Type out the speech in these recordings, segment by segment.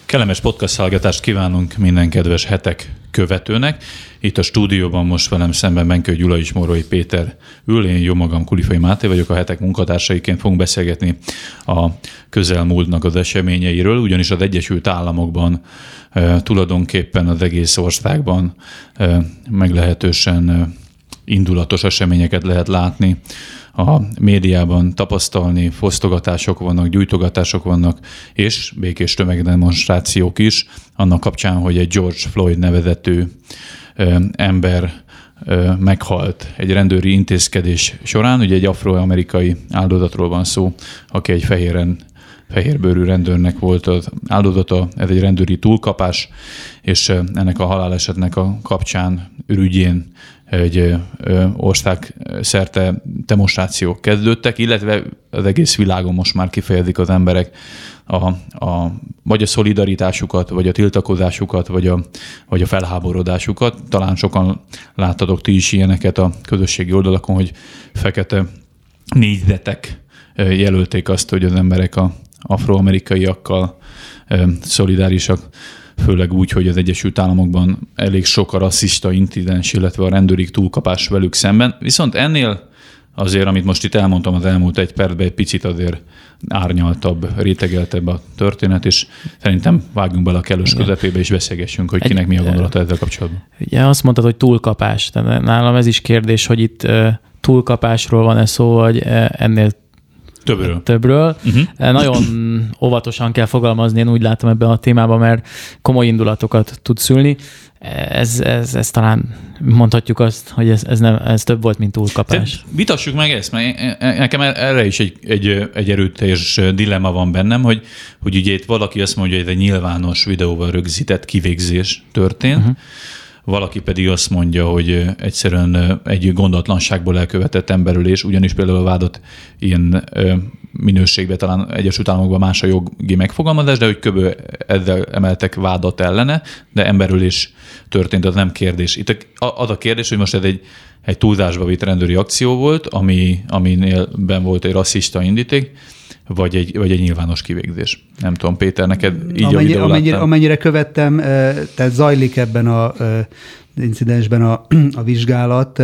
Kellemes podcast hallgatást kívánunk minden kedves hetek követőnek. Itt a stúdióban most velem szemben Benkő Gyula és Morói Péter ül, én jó magam Kulifai Máté vagyok, a hetek munkatársaiként fogunk beszélgetni a közelmúltnak az eseményeiről, ugyanis az Egyesült Államokban tulajdonképpen az egész országban meglehetősen indulatos eseményeket lehet látni. A médiában tapasztalni, fosztogatások vannak, gyújtogatások vannak, és békés tömegdemonstrációk is, annak kapcsán, hogy egy George Floyd nevezetű ember meghalt egy rendőri intézkedés során. Ugye egy afroamerikai áldozatról van szó, aki egy fehérbőrű rendőrnek volt az áldozata, ez egy rendőri túlkapás, és ennek a halálesetnek a kapcsán ürügyén egy országszerte demonstrációk kezdődtek, illetve az egész világon most már kifejezik az emberek vagy a szolidaritásukat, vagy a tiltakozásukat, vagy a felháborodásukat. Talán sokan láttatok ti is ilyeneket a közösségi oldalakon, hogy fekete négyzetek jelölték azt, hogy az emberek az afroamerikaiakkal szolidárisak, főleg úgy, hogy az Egyesült Államokban elég sok a rasszista incidens, illetve a rendőri túlkapás velük szemben. Viszont ennél azért, amit most itt elmondtam az elmúlt egy percben, egy picit azért árnyaltabb, rétegeltebb a történet, és szerintem vágjunk bele a kellős közepébe, és beszélgessünk, hogy kinek mi a gondolata ezzel kapcsolatban. Ugye azt mondtad, hogy túlkapás. Tehát nálam ez is kérdés, hogy itt túlkapásról van-e szó, vagy ennél többről. Nagyon óvatosan kell fogalmazni, én úgy látom ebben a témában, mert komoly indulatokat tud szülni. Ez talán mondhatjuk azt, hogy ez több volt, mint túlkapás. Vitassuk meg ezt, mert nekem erre is egy erőteljes dilemma van bennem, hogy ugye itt valaki azt mondja, hogy ez egy nyilvános videóval rögzített kivégzés történt, valaki pedig azt mondja, hogy egyszerűen egy gondatlanságból elkövetett emberölés, ugyanis például a vádat ilyen minőségben talán Egyesült Államokban más a jogi megfogalmazás, de hogy kb. Ezzel emeltek vádat ellene, de emberölés történt, az nem kérdés. Itt az a kérdés, hogy most ez egy túlzásba vitt rendőri akció volt, aminél ben volt egy rasszista indíték, vagy egy nyilvános kivégzés. Nem tudom, Péter, neked így a videó amennyire követtem, tehát zajlik ebben az incidensben a vizsgálat.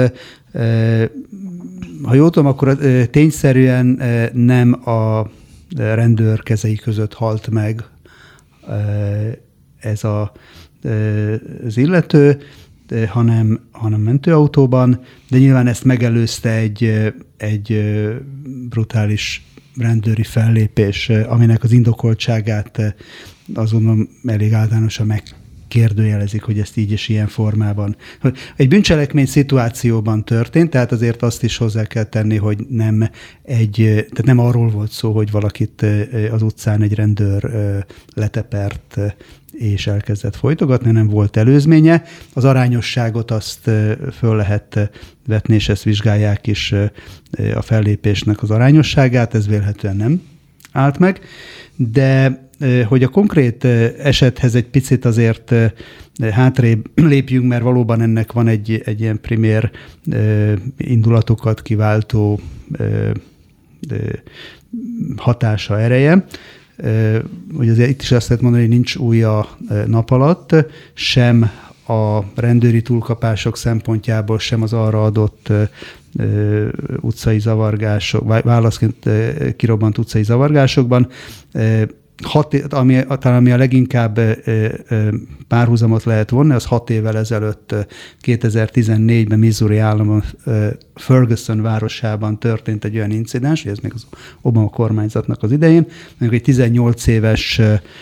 Ha jól tudom, akkor tényszerűen nem a rendőr kezei között halt meg ez az illető, hanem mentőautóban, de nyilván ezt megelőzte egy brutális rendőri fellépés, aminek az indokoltságát azonban elég általánosan megkérdőjelezik, hogy ezt így és ilyen formában. Egy bűncselekmény szituációban történt, tehát azért azt is hozzá kell tenni, hogy tehát nem arról volt szó, hogy valakit az utcán egy rendőr letepert és elkezdett folytogatni, nem volt előzménye. Az arányosságot azt föl lehet vetni, és ezt vizsgálják is a fellépésnek az arányosságát, ez vélhetően nem állt meg. De hogy a konkrét esethez egy picit azért hátrébb lépjünk, mert valóban ennek van egy ilyen primér indulatokat kiváltó hatása, ereje. Hogy azért itt is azt lehet mondani, hogy nincs új a nap alatt, sem a rendőri túlkapások szempontjából, sem az arra adott utcai zavargások, válaszként kirobbant utcai zavargásokban. Talán ami a leginkább párhuzamot lehet vonni, az 6 évvel ezelőtt 2014-ben Missouri államban Ferguson városában történt egy olyan incidens, hogy ez még az Obama kormányzatnak az idején, amikor egy 18 éves,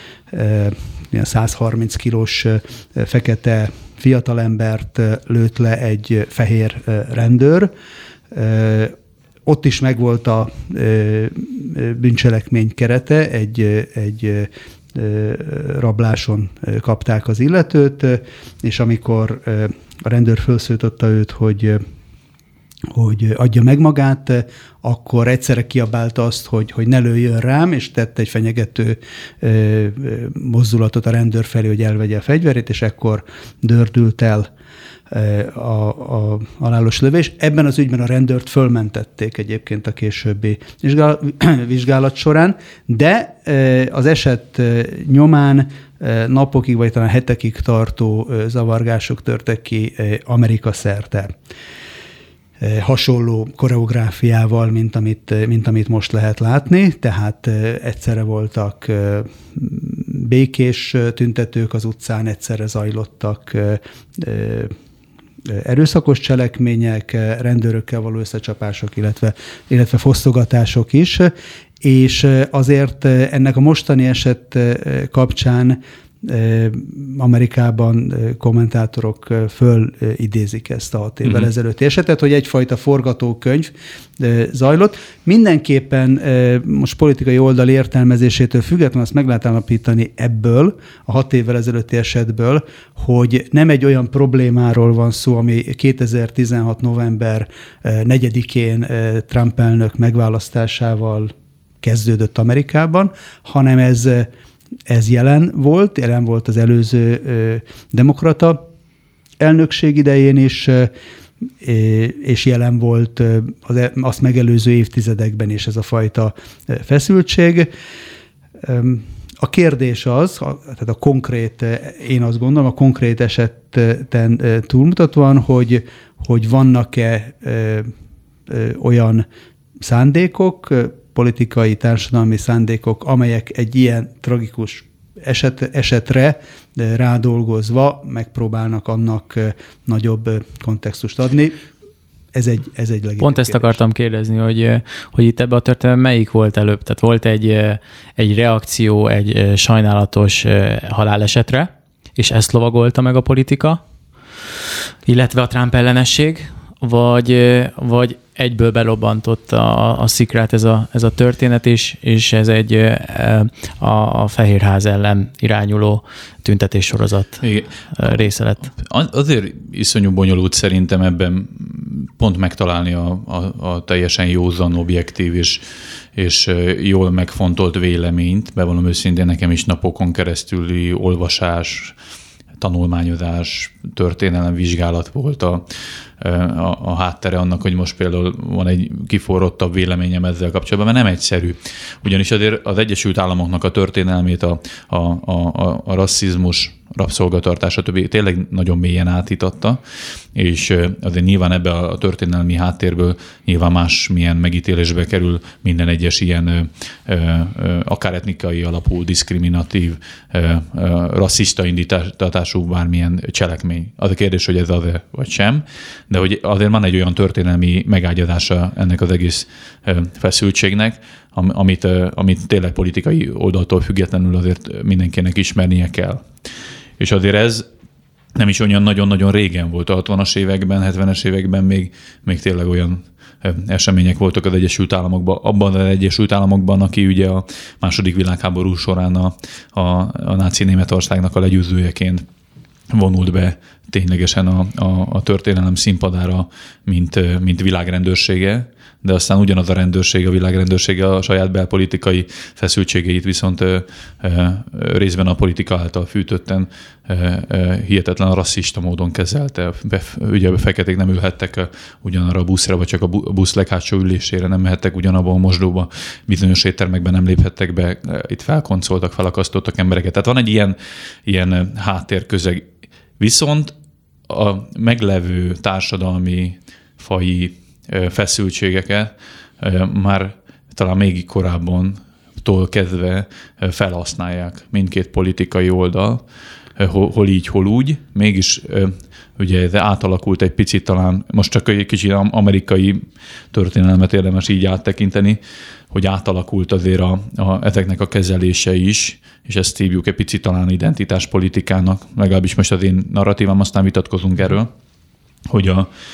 130 kilós fekete fiatalembert lőtt le egy fehér rendőr. Ott is megvolt a bűncselekmény kerete, egy rabláson kapták az illetőt, és amikor a rendőr felszólította őt, hogy adja meg magát, akkor egyszerre kiabálta azt, hogy ne lőjön rám, és tett egy fenyegető mozdulatot a rendőr felé, hogy elvegye a fegyverét, és ekkor dördült el a halálos lövés. Ebben az ügyben a rendőrt fölmentették egyébként a későbbi vizsgálat során, de az eset nyomán napokig, vagy talán hetekig tartó zavargások törtek ki Amerika szerte. Hasonló koreográfiával, mint amit most lehet látni, tehát egyszerre voltak békés tüntetők az utcán, egyszerre zajlottak erőszakos cselekmények, rendőrökkel való összecsapások, illetve fosztogatások is, és azért ennek a mostani eset kapcsán Amerikában kommentátorok fölidézik ezt a 6 évvel ezelőtti esetet, hogy egyfajta forgatókönyv zajlott. Mindenképpen most politikai oldal értelmezésétől függetlenül azt meg lehet állapítani ebből, a 6 évvel ezelőtti esetből, hogy nem egy olyan problémáról van szó, ami 2016. november 4-én Trump elnök megválasztásával kezdődött Amerikában, hanem ez jelen volt az előző demokrata elnökség idején is, és jelen volt az azt megelőző évtizedekben is ez a fajta feszültség. A kérdés az, tehát a konkrét, én azt gondolom, a konkrét esetten túlmutatóan, hogy vannak-e olyan szándékok, politikai, társadalmi szándékok, amelyek egy ilyen tragikus esetre rádolgozva megpróbálnak annak nagyobb kontextust adni. Ez egy legitim Pont kérdés. ezt akartam kérdezni, hogy itt ebben a történetben melyik volt előbb? Tehát volt egy reakció egy sajnálatos halálesetre, és ezt lovagolta meg a politika, illetve a Trump ellenesség, vagy egyből belobbantott a szikrát ez a történet, és ez egy a Fehérház ellen irányuló tüntetéssorozat része lett. Azért iszonyú bonyolult szerintem ebben pont megtalálni a teljesen józan, objektív és jól megfontolt véleményt. Bevallom őszintén, nekem is napokon keresztüli olvasás, tanulmányozás, történelemvizsgálat volt a háttere annak, hogy most például van egy kiforrottabb véleményem ezzel kapcsolatban, mert nem egyszerű. Ugyanis azért az Egyesült Államoknak a történelmét, a rasszizmus, rabszolgatartás, stb. Tényleg nagyon mélyen átitatta, és azért nyilván ebbe a történelmi háttérből nyilván másmilyen megítélésbe kerül minden egyes ilyen akár etnikai alapú, diszkriminatív, rasszista indítatású bármilyen cselekmény. Az a kérdés, hogy ez az-e vagy sem, de hogy azért van egy olyan történelmi megágyazása ennek az egész feszültségnek, amit tényleg politikai oldaltól függetlenül azért mindenkinek ismernie kell. És azért ez nem is olyan nagyon-nagyon régen volt, a 60-as években, 70-es években még tényleg olyan események voltak az Egyesült Államokban. Abban az Egyesült Államokban, aki ugye a II. Világháború során a náci Németországnak a legyőzőjeként vonult be ténylegesen a történelem színpadára, mint világrendőrsége, de aztán ugyanaz a rendőrség, a világrendőrsége a saját belpolitikai feszültségeit viszont részben a politika által fűtötten hihetetlen rasszista módon kezelte. Ugye a feketék nem ülhettek ugyanarra a buszra, vagy csak a busz leghátsó ülésére nem mehettek ugyanabban a mosdóba, bizonyos éttermekben nem léphettek be, itt felkoncoltak, felakasztottak embereket. Tehát van egy ilyen háttérközeg. Viszont a meglevő társadalmi, faji feszültségeket már talán még korábbantól kezdve felhasználják mindkét politikai oldal, hol így, hol úgy. Mégis ugye ez átalakult egy picit, talán most csak egy kicsit amerikai történelmet érdemes így áttekinteni, hogy átalakult azért ezeknek a kezelése is, és ezt hívjuk egy picit talán identitáspolitikának, legalábbis most az én narratívám, aztán vitatkozunk erről, hogy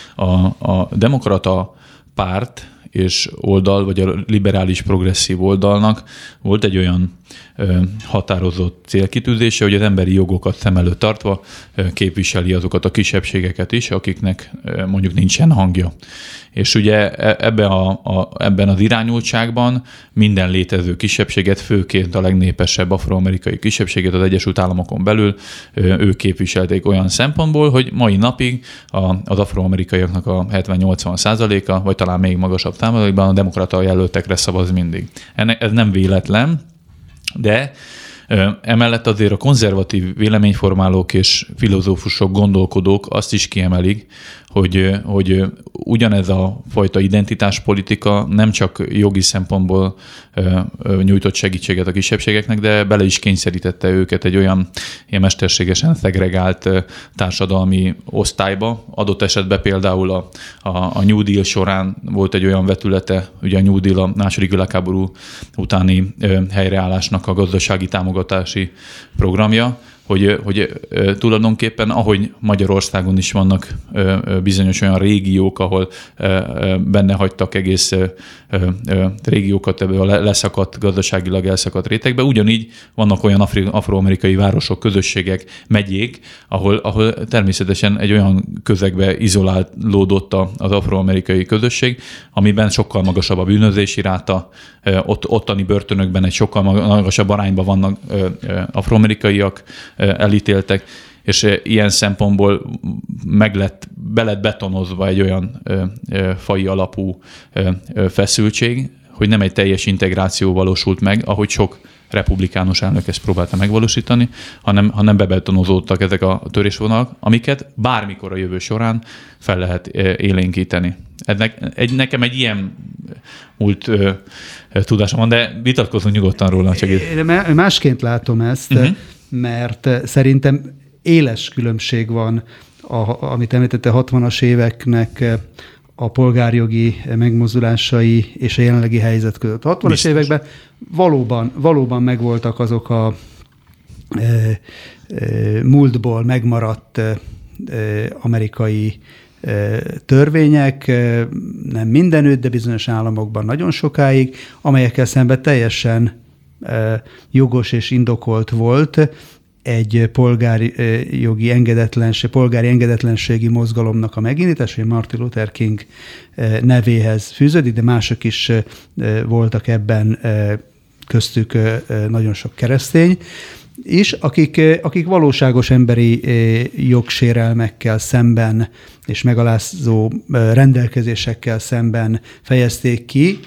a demokrata párt és oldal, vagy a liberális progresszív oldalnak volt egy olyan határozott célkitűzése, hogy az emberi jogokat szem előtt tartva képviseli azokat a kisebbségeket is, akiknek mondjuk nincsen hangja. És ugye ebben az irányultságban minden létező kisebbséget, főként a legnépesebb afroamerikai kisebbséget az Egyesült Államokon belül ők képviselték olyan szempontból, hogy mai napig az afroamerikaiaknak a 70-80%-a, vagy talán még magasabb százalékban a demokrata jelöltekre szavaz mindig. Ez nem véletlen, de emellett azért a konzervatív véleményformálók és filozófusok, gondolkodók azt is kiemelik, hogy ugyanez a fajta identitáspolitika nem csak jogi szempontból nyújtott segítséget a kisebbségeknek, de bele is kényszerítette őket egy olyan mesterségesen szegregált társadalmi osztályba. Adott esetben például a New Deal során volt egy olyan vetülete, ugye a New Deal a második világháború utáni helyreállásnak a gazdasági támogatási programja, hogy tulajdonképpen, ahogy Magyarországon is vannak bizonyos olyan régiók, ahol benne hagytak egész régiókat ebbe a leszakadt, gazdaságilag elszakadt rétegbe, ugyanígy vannak olyan afroamerikai városok, közösségek, megyék, ahol természetesen egy olyan közegbe izolálódott az afroamerikai közösség, amiben sokkal magasabb a bűnözési ráta, ottani börtönökben egy sokkal magasabb arányban vannak afroamerikaiak elítéltek, és ilyen szempontból be lett betonozva egy olyan faji alapú feszültség, hogy nem egy teljes integráció valósult meg, ahogy sok republikánus elnök ezt próbálta megvalósítani, hanem bebetonozódtak ezek a törésvonalak, amiket bármikor a jövő során fel lehet élénkíteni. Nekem egy ilyen múlt tudásom van, de vitatkozunk nyugodtan róla. Csak én másként látom ezt, mert szerintem éles különbség van, amit említette, 60-as éveknek a polgárjogi megmozdulásai és a jelenlegi helyzet között. A 60-as években valóban megvoltak azok a múltból megmaradt amerikai törvények, nem mindenütt, de bizonyos államokban nagyon sokáig, amelyekkel szemben teljesen jogos és indokolt volt egy polgári engedetlenségi mozgalomnak a megindítása, hogy Martin Luther King nevéhez fűződik, de mások is voltak ebben, köztük nagyon sok keresztény is, akik valóságos emberi jogsérelmekkel szemben és megalázó rendelkezésekkel szemben fejezték ki,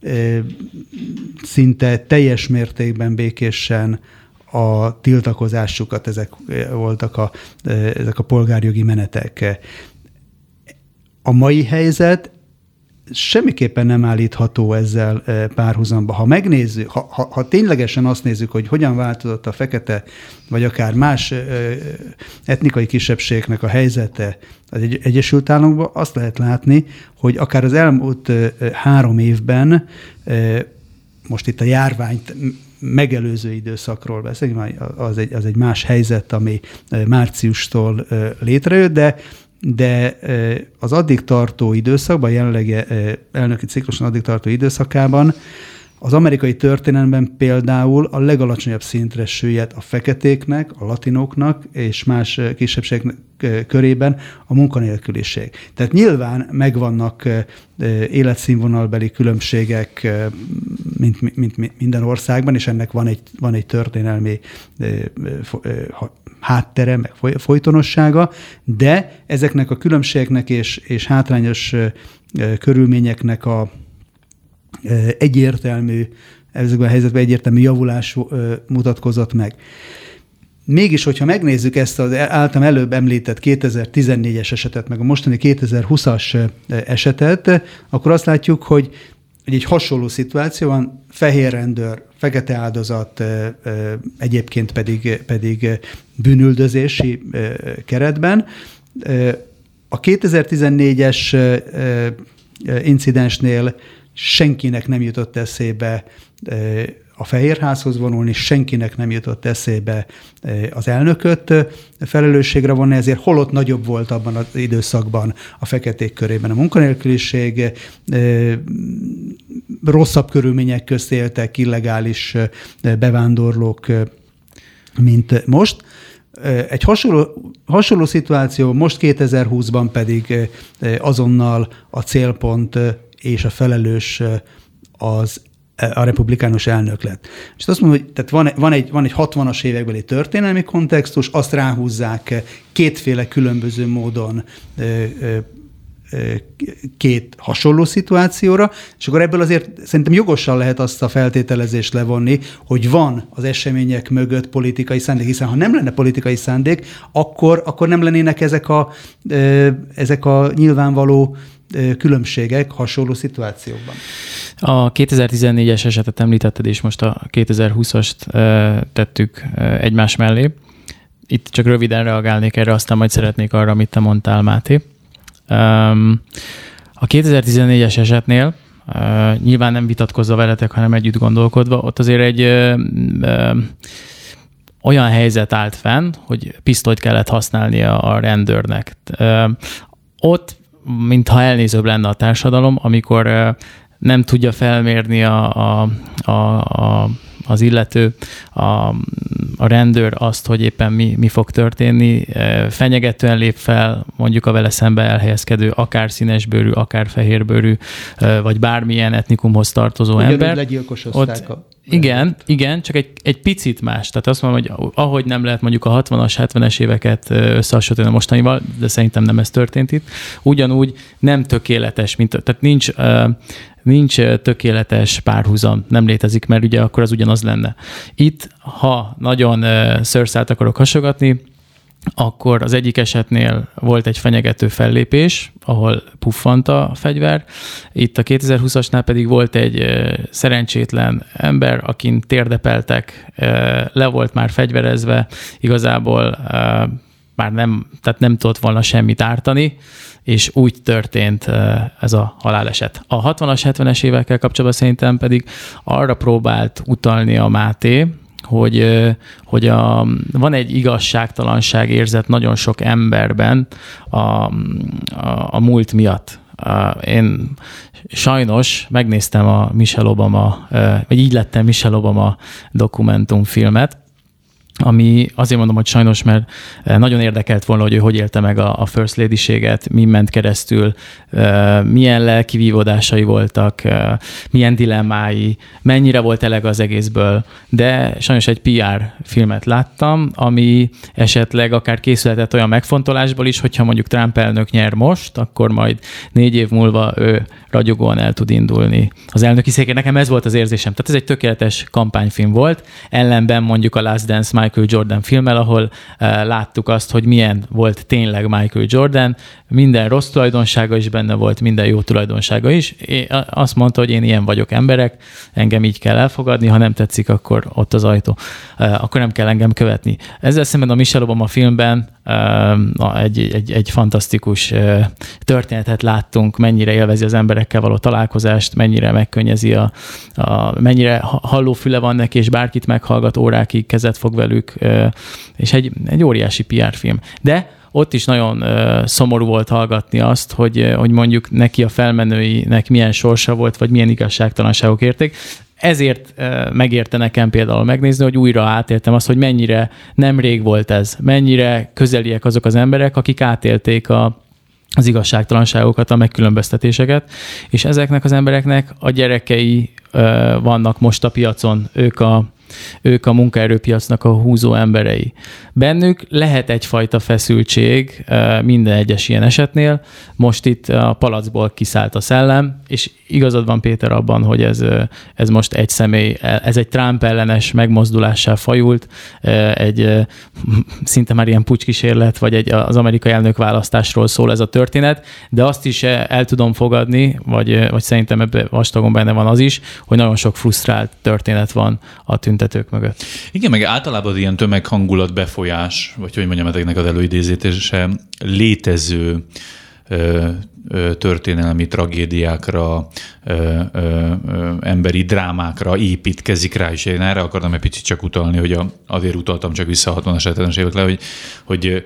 szinte teljes mértékben békésen a tiltakozásukat, ezek voltak ezek a polgárjogi menetek. A mai helyzet semmiképpen nem állítható ezzel párhuzamba. Ha megnézzük, ha ténylegesen azt nézzük, hogy hogyan változott a fekete, vagy akár más etnikai kisebbségnek a helyzete az Egyesült Államokban, azt lehet látni, hogy akár az elmúlt 3 évben, most itt a járványt megelőző időszakról beszélünk, az egy más helyzet, ami márciustól létrejött, de az addig tartó időszakban, jelenlegi elnöki cikluson addig tartó időszakában az amerikai történelemben például a legalacsonyabb szintre süllyedt a feketéknek, a latinoknak és más kisebbségek körében a munkanélküliség. Tehát nyilván megvannak életszínvonalbeli különbségek, mint minden országban, és ennek van egy történelmi háttere, meg folytonossága, de ezeknek a különbségeknek és hátrányos körülményeknek a ezekben a helyzetben egyértelmű javulás mutatkozott meg. Mégis, hogyha megnézzük ezt az általam előbb említett 2014-es esetet, meg a mostani 2020-as esetet, akkor azt látjuk, hogy egy hasonló szituáció van, fehér rendőr, fekete áldozat, egyébként pedig bűnüldözési keretben. A 2014-es incidensnél senkinek nem jutott eszébe a Fehérházhoz vonulni, senkinek nem jutott eszébe az elnököt felelősségre vonni, ezért holott nagyobb volt abban az időszakban a feketék körében a munkanélküliség, rosszabb körülmények közt éltek illegális bevándorlók, mint most. Egy hasonló szituáció most 2020-ban pedig azonnal a célpont és a felelős a republikánus elnök lett. És azt mondom, hogy tehát van egy 60-as évekbeli történelmi kontextus, azt ráhúzzák kétféle különböző módon két hasonló szituációra, és akkor ebből azért szerintem jogosan lehet azt a feltételezést levonni, hogy van az események mögött politikai szándék, hiszen ha nem lenne politikai szándék, akkor nem lennének ezek a nyilvánvaló különbségek hasonló szituációkban. A 2014-es esetet említetted, és most a 2020-ast tettük egymás mellé. Itt csak röviden reagálnék erre, aztán majd szeretnék arra, amit te mondtál, Máté. A 2014-es esetnél nyilván nem vitatkozva veletek, hanem együtt gondolkodva, ott azért egy olyan helyzet állt fenn, hogy pisztolyt kellett használnia a rendőrnek. Ott, mintha elnézőbb lenne a társadalom, amikor nem tudja felmérni az illető, a rendőr azt, hogy éppen mi fog történni, fenyegetően lép fel mondjuk a vele szembe elhelyezkedő, akár színesbőrű, akár fehérbőrű, vagy bármilyen etnikumhoz tartozó ember. Legyilkosozták igen, csak egy picit más. Tehát azt mondom, hogy ahogy nem lehet mondjuk a 60-as, 70-es éveket összehasonlítani a mostanival, de szerintem nem ez történt itt, ugyanúgy nem tökéletes, tehát nincs tökéletes párhuzam, nem létezik, mert ugye akkor az ugyanaz lenne. Itt, ha nagyon szőrszált akarok hasogatni, akkor az egyik esetnél volt egy fenyegető fellépés, ahol puffant a fegyver. Itt a 2020-asnál pedig volt egy szerencsétlen ember, akin térdepeltek, le volt már fegyverezve, igazából már nem tudott volna semmit ártani, és úgy történt ez a haláleset. A 60-as, 70-es évekkel kapcsolatban szerintem pedig arra próbált utalni a Máté, hogy van egy igazságtalanság érzet nagyon sok emberben a múlt miatt. Én sajnos megnéztem a Michelle Obama, vagy így lettem Michelle Obama dokumentumfilmet, ami azért mondom, hogy sajnos, mert nagyon érdekelt volna, hogy ő hogy élte meg a First Lady-séget, mi ment keresztül, milyen lelki vívódásai voltak, milyen dilemmái, mennyire volt eleg az egészből, de sajnos egy PR filmet láttam, ami esetleg akár készülhetett olyan megfontolásból is, hogyha mondjuk Trump elnök nyer most, akkor majd 4 év múlva ő ragyogóan el tud indulni az elnöki székén. Nekem ez volt az érzésem. Tehát ez egy tökéletes kampányfilm volt, ellenben mondjuk a Last Dance Michael Jordan filmmel, ahol láttuk azt, hogy milyen volt tényleg Michael Jordan, minden rossz tulajdonsága is benne volt, minden jó tulajdonsága is. Azt mondta, hogy én ilyen vagyok egy, engem így kell elfogadni, ha nem tetszik, akkor ott az ajtó. Akkor nem kell engem követni. Ezzel szemben a Michelle Obama filmben egy fantasztikus történetet láttunk, mennyire élvezi az emberekkel való találkozást, mennyire megkönnyezi, mennyire hallófüle van neki, és bárkit meghallgat órákig, kezet fog velük, és egy óriási PR film. De ott is nagyon szomorú volt hallgatni azt, hogy mondjuk neki a felmenőinek milyen sorsa volt, vagy milyen igazságtalanságok érték. Ezért megérte nekem például megnézni, hogy újra átéltem azt, hogy mennyire nemrég volt ez, mennyire közeliek azok az emberek, akik átélték az igazságtalanságokat, a megkülönböztetéseket, és ezeknek az embereknek a gyerekei vannak most a piacon, ők a munkaerőpiacnak a húzó emberei. Bennük lehet egyfajta feszültség minden egyes ilyen esetnél. Most itt a palacból kiszállt a szellem, és igazad van, Péter, abban, hogy ez most egy személy, ez egy Trump ellenes megmozdulással fajult, egy szinte már ilyen pucskísérlet, vagy az amerikai elnökválasztásról szól ez a történet, de azt is el tudom fogadni, vagy szerintem ebben vastagon benne van az is, hogy nagyon sok frusztrált történet van a tüntetők mögött. Igen, meg általában ilyen tömeghangulat befolyás, vagy hogy mondjam, ezeknek az előidézítése létező történelmi tragédiákra, emberi drámákra építkezik rá, és én erre akartam egy picit csak utalni, hogy azért utaltam csak vissza a 60-as, 70-es évekre, hogy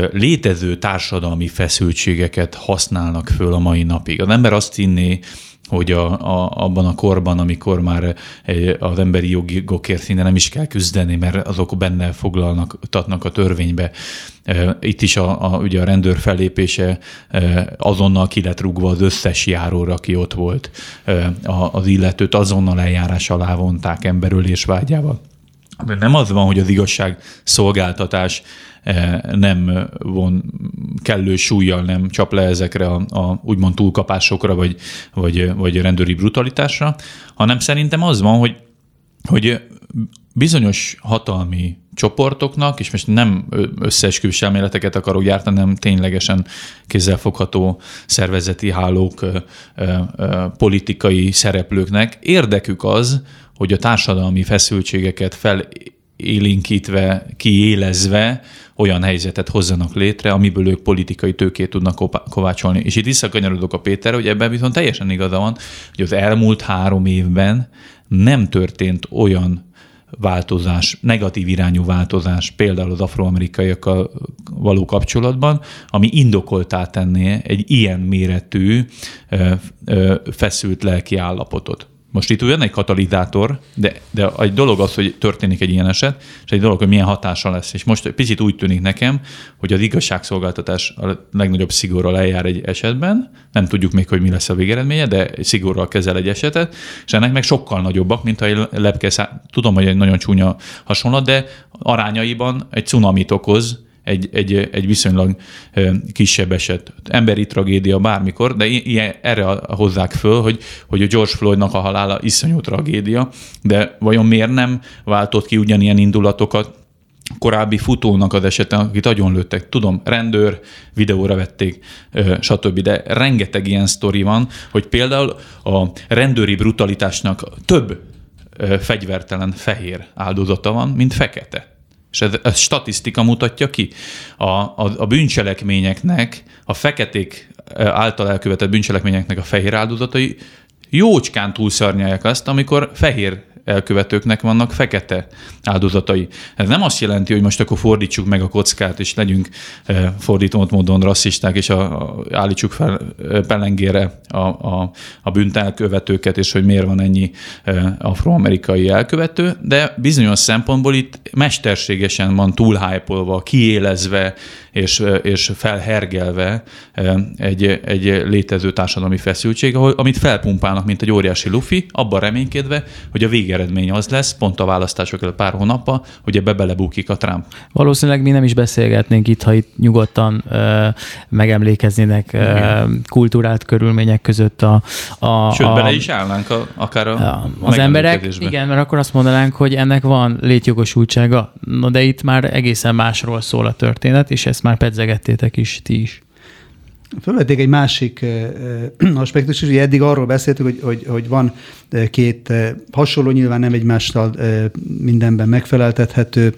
létező társadalmi feszültségeket használnak föl a mai napig. Az ember azt hinné, hogy abban a korban, amikor már az emberi jogokért szinte nem is kell küzdeni, mert azok benne foglaltatnak a törvénybe. Itt is ugye a rendőr fellépése azonnal ki lett rúgva az összes járóra, aki ott volt. Az illetőt azonnal eljárás alá vonták emberölés vágyával. De nem az van, hogy az igazságszolgáltatás nem von kellő súllyal, nem csap le ezekre a úgymond túlkapásokra, vagy rendőri brutalitásra, hanem szerintem az van, hogy bizonyos hatalmi csoportoknak, és most nem összeesküvés elméleteket akarok gyártani, hanem ténylegesen kézzelfogható szervezeti hálók, politikai szereplőknek érdekük az, hogy a társadalmi feszültségeket felélénkítve, kiélezve olyan helyzetet hozzanak létre, amiből ők politikai tőkét tudnak kovácsolni. És itt visszakanyarodok a Péterre, hogy ebben viszont teljesen igaza van, hogy az elmúlt 3 évben nem történt olyan változás, negatív irányú változás, például az afroamerikaiakkal való kapcsolatban, ami indokoltá tenné egy ilyen méretű feszült lelki állapotot. Most itt ugyan egy katalizátor, de egy dolog az, hogy történik egy ilyen eset, és egy dolog, hogy milyen hatása lesz. És most picit úgy tűnik nekem, hogy az igazságszolgáltatás a legnagyobb szigorral eljár egy esetben, nem tudjuk még, hogy mi lesz a végeredménye, de szigorral kezel egy esetet, és ennek meg sokkal nagyobbak, mint a tudom, hogy egy nagyon csúnya hasonlat, de arányaiban egy cunamit okoz, egy viszonylag kisebb eset. Emberi tragédia bármikor, de erre hozzák föl, hogy a George Floydnak a halála iszonyú tragédia, de vajon miért nem váltott ki ugyanilyen indulatokat korábbi futónak az esete, akit agyonlőttek? Tudom, rendőr, videóra vették, stb. De rengeteg ilyen sztori van, hogy például a rendőri brutalitásnak több fegyvertelen fehér áldozata van, mint fekete. És ez statisztika mutatja ki. A bűncselekményeknek, a feketék által elkövetett bűncselekményeknek a fehér áldozatai jócskán túlszarnyálják azt, amikor fehér elkövetőknek vannak fekete áldozatai. Ez nem azt jelenti, hogy most akkor fordítsuk meg a kockát, és legyünk fordított módon rasszisták, és állítsuk fel pellengére a bűntelkövetőket, és hogy miért van ennyi afroamerikai elkövető, de bizonyos szempontból itt mesterségesen van túlhypolva, kiélezve, és felhergelve egy létező társadalmi feszültség, amit felpumpálnak, mint egy óriási lufi, abban reménykedve, hogy a végeredmény az lesz, pont a választások előtt pár hónappal, hogy ebbe belebukik a Trump. Valószínűleg mi nem is beszélgetnénk itt, ha itt nyugodtan megemlékeznének kulturált körülmények között Sőt, bele is állnánk akár az emberek. Igen, mert akkor azt mondanánk, hogy ennek van létjogosultsága. No, de itt már egészen másról szól a történet, és ezt már pedzegettétek is ti is. Fölvették egy másik aspektus is, hogy eddig arról beszéltük, hogy van 2 hasonló, nyilván nem egymással mindenben megfeleltethető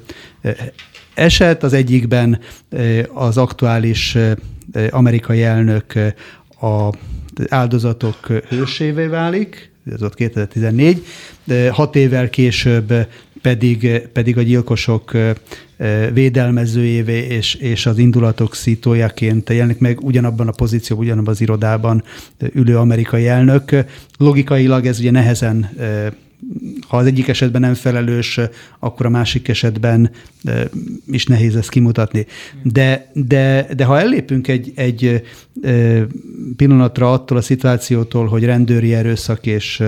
eset. Az egyikben az aktuális amerikai elnök az áldozatok hősévé válik, ez ott 2014, 6 évvel később pedig a gyilkosok védelmezőjévé és az indulatok szítójaként jelenik meg ugyanabban a pozícióban, ugyanabban az irodában ülő amerikai elnök. Logikailag ez ugye nehezen, ha az egyik esetben nem felelős, akkor a másik esetben is nehéz ezt kimutatni. De ha ellépünk egy pillanatra attól a szituációtól, hogy rendőri erőszak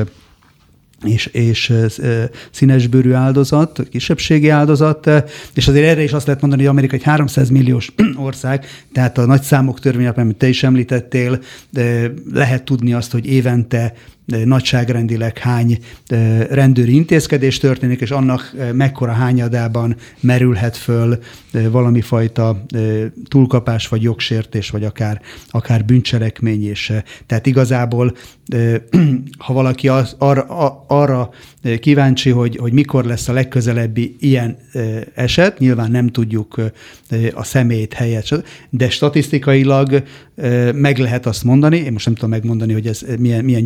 és színesbőrű áldozat, kisebbségi áldozat, és azért erre is azt lehet mondani, hogy Amerika egy 300 milliós ország, tehát a nagy számok törvény, amit te is említettél, lehet tudni azt, hogy évente nagyságrendileg hány rendőri intézkedés történik, és annak mekkora hányadában merülhet föl valami fajta túlkapás, vagy jogsértés, vagy akár bűncselekmény is. Tehát igazából, ha valaki arra kíváncsi, hogy mikor lesz a legközelebbi ilyen eset, nyilván nem tudjuk a személyt, helyet, de statisztikailag meg lehet azt mondani, én most nem tudom megmondani, hogy ez milyen gyakoriság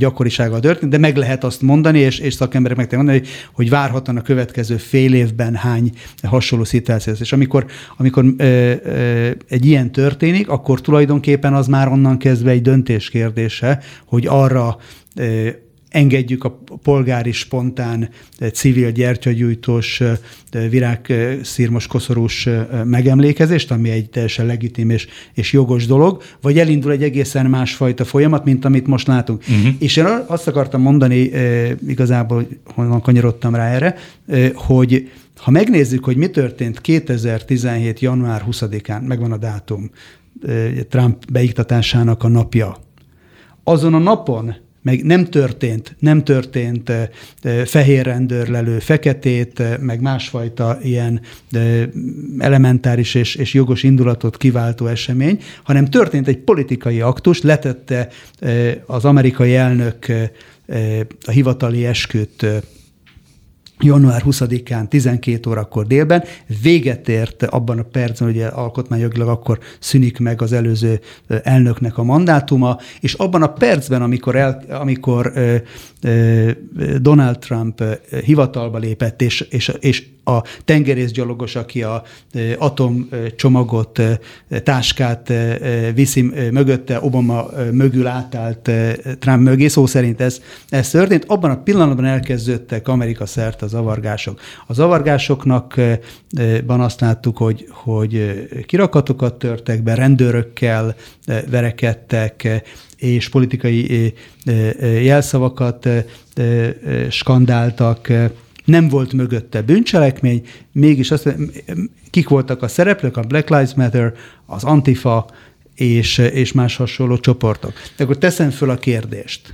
Magyarországgal történt, de meg lehet azt mondani, és szakemberek meg lehet mondani, hogy várhatlan a következő fél évben hány hasonló szituáció. És amikor egy ilyen történik, akkor tulajdonképpen az már onnan kezdve egy döntés kérdése, hogy arra engedjük a polgári, spontán, civil, gyertyagyújtós, virágszirmos, koszorús megemlékezést, ami egy teljesen legitim és jogos dolog, vagy elindul egy egészen másfajta folyamat, mint amit most látunk. És én azt akartam mondani, igazából honnan kanyarodtam rá erre, hogy ha megnézzük, hogy mi történt 2017. január 20-án, megvan a dátum, Trump beiktatásának a napja, azon a napon meg nem történt fehér rendőr lelő feketét, meg másfajta ilyen elementáris és jogos indulatot kiváltó esemény, hanem történt egy politikai aktus, letette az amerikai elnök a hivatali esküt január 20-án 12 órakor délben, véget ért abban a percben, ugye alkotmányjogilag akkor szűnik meg az előző elnöknek a mandátuma, és abban a percben, amikor Donald Trump hivatalba lépett, és a tengerészgyalogos, aki a atomcsomagot, táskát viszi mögötte, Obama mögül átállt Trump mögé, szó szerint ez történt. Abban a pillanatban elkezdődtek Amerika szerte a zavargások. A zavargásoknakban azt láttuk, hogy kirakatokat törtek be, rendőrökkel verekedtek, és politikai jelszavakat skandáltak. Nem volt mögötte bűncselekmény, mégis kik voltak a szereplők, a Black Lives Matter, az Antifa és más hasonló csoportok. De akkor teszem föl a kérdést.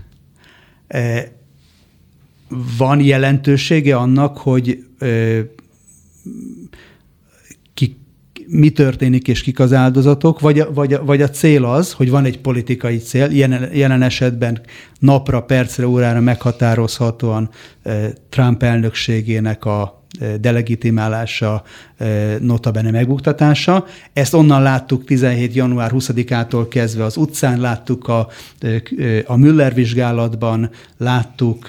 Van jelentősége annak, hogy mi történik, és kik az áldozatok, vagy a cél az, hogy van egy politikai cél, jelen esetben napra, percre, órára meghatározhatóan Trump elnökségének a delegitimálása, notabene megbuktatása. Ezt onnan láttuk 17. január 20-ától kezdve az utcán, láttuk a Müller vizsgálatban, láttuk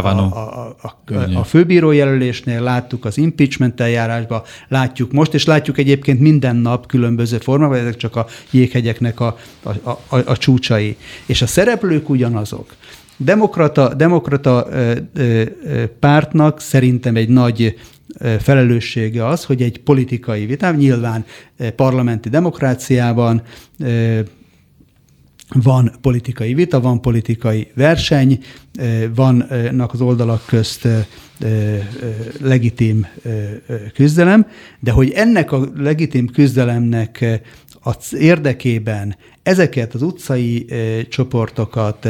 a főbíró jelölésnél, láttuk az impeachment eljárásban, látjuk most, és látjuk egyébként minden nap különböző formában, ezek csak a jéghegyeknek a csúcsai. És a szereplők ugyanazok. Demokrata pártnak szerintem egy nagy felelőssége az, hogy egy politikai vitám, nyilván parlamenti demokráciában van politikai vita, van politikai verseny, vannak az oldalak közt legitim küzdelem, de hogy ennek a legitim küzdelemnek az érdekében ezeket az utcai csoportokat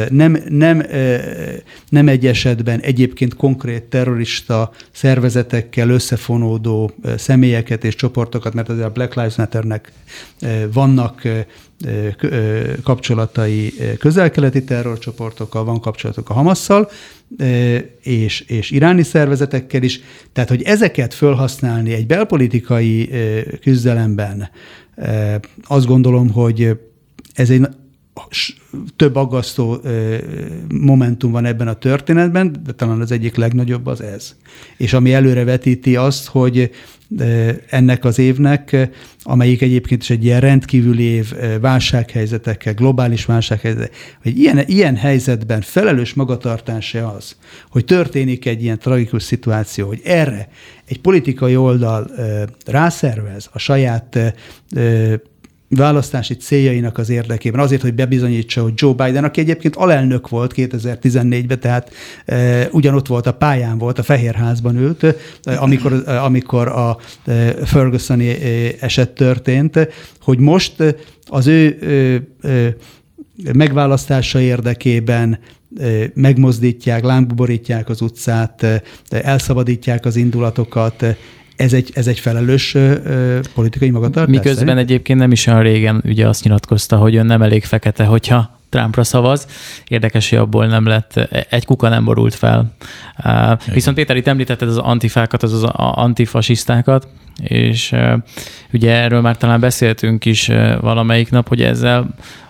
nem egy esetben egyébként konkrét terrorista szervezetekkel összefonódó személyeket és csoportokat, mert azért a Black Lives Matter-nek vannak kapcsolatai közel-keleti terrorcsoportokkal, van kapcsolatok a Hamasszal, és iráni szervezetekkel is. Tehát, hogy ezeket felhasználni egy belpolitikai küzdelemben, azt gondolom, hogy ez egy több aggasztó momentum van ebben a történetben, de talán az egyik legnagyobb az ez. És ami előrevetíti azt, hogy ennek az évnek, amelyik egyébként is egy ilyen rendkívüli év válsághelyzetekkel, globális válsághelyzetekkel, hogy ilyen helyzetben felelős magatartása az, hogy történik egy ilyen tragikus szituáció, hogy erre egy politikai oldal rászervez a saját választási céljainak az érdekében, azért, hogy bebizonyítsa, hogy Joe Biden, aki egyébként alelnök volt 2014-ben, tehát ugyanott volt a pályán, volt, a Fehérházban ült, amikor a Fergusoni eset történt, hogy most az ő megválasztása érdekében megmozdítják, lángba borítják az utcát, elszabadítják az indulatokat. Ez egy felelős politikai magatartás? Miközben szerint? Egyébként nem is olyan régen ugye azt nyilatkozta, hogy ön nem elég fekete, hogyha Trumpra szavaz. Érdekes, hogy abból nem lett, egy kuka nem borult fel. Viszont Péter, itt említetted az antifákat, az antifasisztákat, és ugye erről már talán beszéltünk is valamelyik nap, hogy ezzel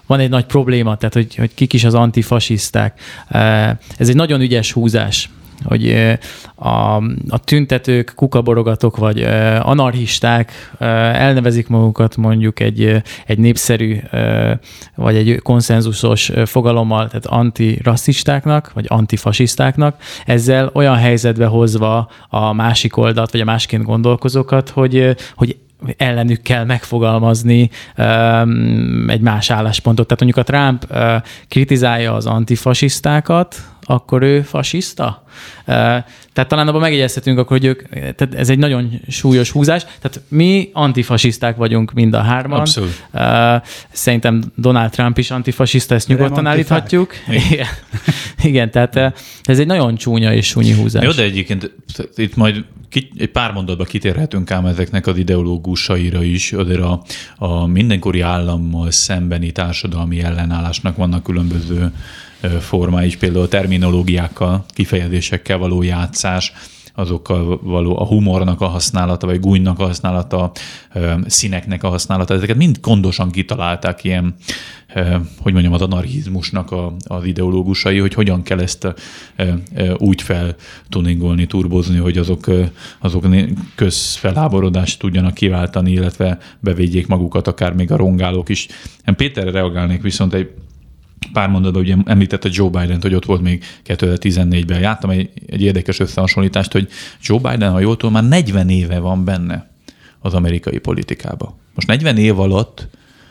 van egy nagy probléma, tehát hogy kik is az antifasiszták. Ez egy nagyon ügyes húzás, hogy a tüntetők, kukaborogatok vagy anarchisták elnevezik magukat mondjuk egy népszerű vagy egy konszenzusos fogalommal, tehát antirasszistáknak vagy antifasisztáknak, ezzel olyan helyzetbe hozva a másik oldalt vagy a másként gondolkozókat, hogy ellenük kell megfogalmazni egy más álláspontot. Tehát mondjuk a Trump kritizálja az antifasisztákat, akkor ő fasiszta? Tehát talán abban megjegyezhetünk akkor, hogy tehát ez egy nagyon súlyos húzás. Tehát mi antifasiszták vagyunk mind a hárman. Abszolút. Szerintem Donald Trump is antifasiszta, ezt nyugodtan állíthatjuk. Igen, tehát ez egy nagyon csúnya és súnyi húzás. Jó, de egyébként itt majd egy pár mondatban kitérhetünk ám ezeknek az ideológusaira is, azért a mindenkori állammal szembeni társadalmi ellenállásnak vannak különböző formái is, például a terminológiákkal, kifejezésekkel való játszás, azokkal való a humornak a használata, vagy gúnynak a használata, színeknek a használata, ezeket mind gondosan kitalálták ilyen, hogy mondjam, az anarchizmusnak az ideológusai, hogy hogyan kell ezt úgy feltuningolni, turbozni, hogy azok közfelháborodást tudjanak kiváltani, illetve bevédjék magukat, akár még a rongálók is. Én Péterre reagálnék viszont egy pár mondatban, ugye említette Joe Biden-t, hogy ott volt még 2014-ben. Jártam egy érdekes összehasonlítást, hogy Joe Biden, ha jól tudom, már 40 éve van benne az amerikai politikába. Most 40 év alatt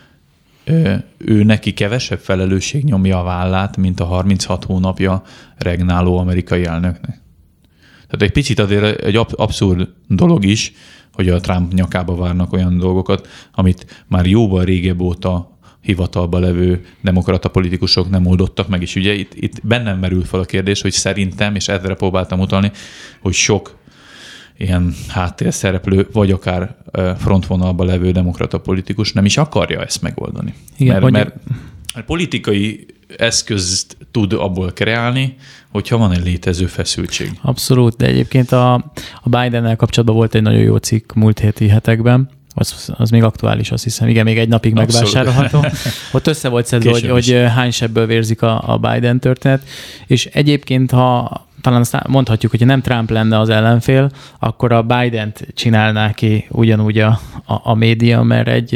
ő neki kevesebb felelősség nyomja a vállát, mint a 36 hónapja regnáló amerikai elnöknek. Tehát egy picit azért egy abszurd dolog is, hogy a Trump nyakába várnak olyan dolgokat, amit már jóval régebb óta hivatalba levő demokrata politikusok nem oldottak meg, és ugye itt bennem merül fel a kérdés, hogy szerintem, és ezre próbáltam utalni, hogy sok ilyen háttérszereplő, vagy akár frontvonalba levő demokrata politikus nem is akarja ezt megoldani. Igen, mert politikai eszközt tud abból kreálni, hogyha van egy létező feszültség. Abszolút, de egyébként a Bidennel kapcsolatban volt egy nagyon jó cikk múlt héti hetekben, az még aktuális, azt hiszem. Igen, még egy napig megvásárolható. Ott össze volt szedve, hogy hány sebből vérzik a Biden történet. És egyébként, ha talán azt mondhatjuk, hogy nem Trump lenne az ellenfél, akkor a Bident csinálná ki ugyanúgy a média, mert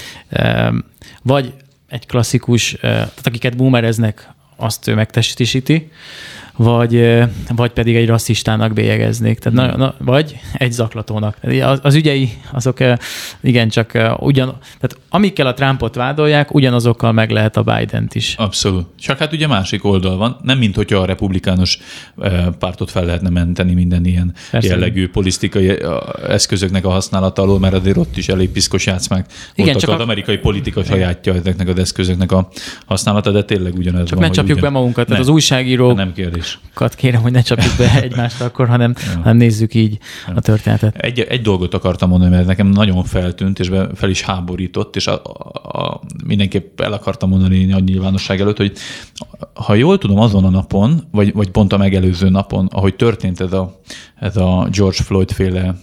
vagy egy klasszikus, tehát akiket boomereznek, azt ő megtestesíti, vagy pedig egy rasszistának bélyegeznék, tehát vagy egy zaklatónak. Az ügyei, azok igencsak tehát amikkel a Trumpot vádolják, ugyanazokkal meg lehet a Bident is. Abszolút. Csak hát ugye másik oldal van, nem mint hogyha a republikánus pártot fel lehetne menteni minden ilyen jellegű politikai eszközöknek a használata alól, mert azért ott is elég piszkos játszmák voltak az amerikai politika sajátja ezeknek az eszközöknek a használata, de tényleg ugyanez csak van. Ne csapjuk be magunkat, tehát az újságírók nem kérdés. Kérem, hogy ne csapjuk be egymást akkor, hanem nézzük így a történetet. Egy dolgot akartam mondani, mert nekem nagyon feltűnt, és fel is háborított, és mindenképp el akartam mondani a nyilvánosság előtt, hogy ha jól tudom, azon a napon, vagy pont a megelőző napon, ahogy történt ez a George Floyd-féle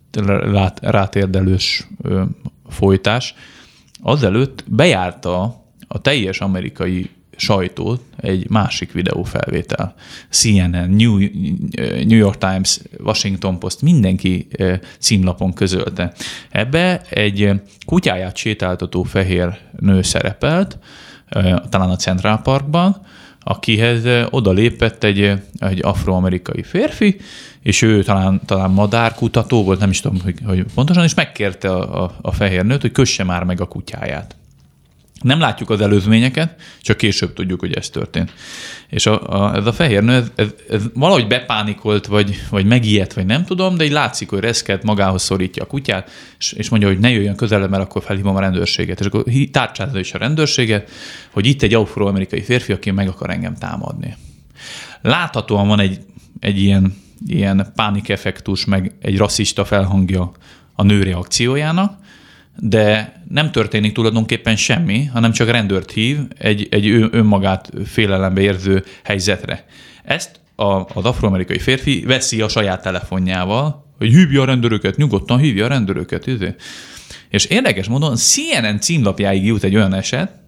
rátérdelős folytás, azelőtt bejárta a teljes amerikai sajtót egy másik videófelvétel. CNN, New York Times, Washington Post, mindenki címlapon közölte. Ebbe egy kutyáját sétáltató fehér nő szerepelt, talán a Central Parkban, akihez odalépett egy afroamerikai férfi, és ő talán madárkutató volt, nem is tudom, hogy pontosan, és megkérte a fehér nőt, hogy kösse már meg a kutyáját. Nem látjuk az előzményeket, csak később tudjuk, hogy ez történt. És ez a fehér nő, ez valahogy bepánikolt, vagy megijedt, vagy nem tudom, de így látszik, hogy reszked, magához szorítja a kutyát, és mondja, hogy ne jöjjön közelebb, mert akkor felhívom a rendőrséget. És akkor tárcsázza is a rendőrséget, hogy itt egy afroamerikai férfi, aki meg akar engem támadni. Láthatóan van egy ilyen pánikeffektus, meg egy rasszista felhangja a nő reakciójának, de nem történik tulajdonképpen semmi, hanem csak rendőrt hív egy önmagát félelembe érző helyzetre. Ezt az afroamerikai férfi veszi a saját telefonjával, hogy hívja a rendőröket, nyugodtan hívja a rendőröket. És érdekes módon CNN címlapjáig jut egy olyan eset,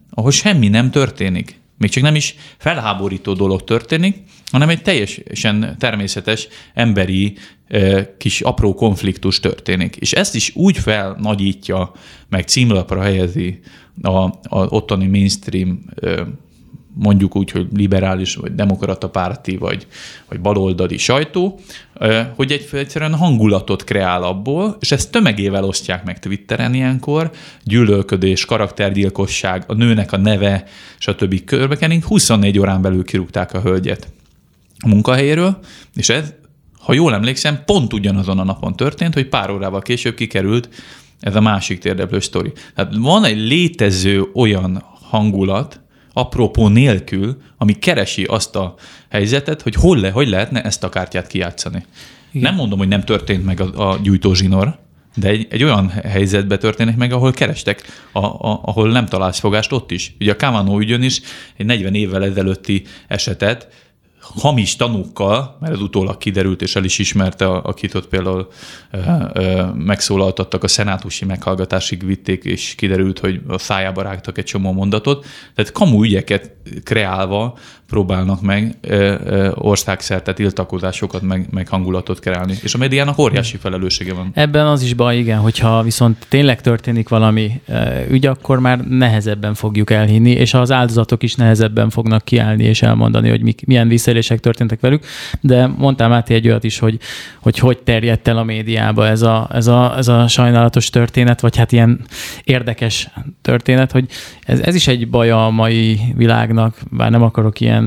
ahol semmi nem történik. Még csak nem is felháborító dolog történik, hanem egy teljesen természetes, emberi, kis apró konfliktus történik. És ezt is úgy felnagyítja, meg címlapra helyezi az ottani mainstream, mondjuk úgy, hogy liberális, vagy demokrata párti, vagy baloldali sajtó, hogy egyszerűen hangulatot kreál abból, és ezt tömegével osztják meg Twitteren ilyenkor, gyűlölködés, karaktergyilkosság, a nőnek a neve, stb. Körbekening, 24 órán belül kirúgták a hölgyet a munkahelyéről, és ez, ha jól emlékszem, pont ugyanazon a napon történt, hogy pár órával később kikerült ez a másik térdeplő sztori. Tehát van egy létező olyan hangulat, apropó nélkül, ami keresi azt a helyzetet, hogy hogy lehetne ezt a kártyát kijátszani. Igen. Nem mondom, hogy nem történt meg a gyújtózsinór, de egy olyan helyzetben történik meg, ahol kerestek, ahol nem találsz fogást ott is. Ugye a Kavanaugh ügyön is egy 40 évvel ezelőtti esetet hamis tanúkkal, mert ez utólag kiderült, és el is ismerte, akit ott például megszólaltattak, a szenátusi meghallgatásig vitték, és kiderült, hogy a szájába rágtak egy csomó mondatot. Tehát kamu ügyeket kreálva próbálnak meg országszerte tiltakozásokat, meg hangulatot kreálni. És a médiának óriási felelőssége van. Ebben az is baj, igen, hogyha viszont tényleg történik valami ügy, akkor már nehezebben fogjuk elhinni, és az áldozatok is nehezebben fognak kiállni és elmondani, hogy milyen visszaélések történtek velük. De mondtál, Máté, egy olyat is, hogy terjedt el a médiába ez a sajnálatos történet, vagy hát ilyen érdekes történet, hogy ez is egy baj a mai világnak, bár nem akarok ilyen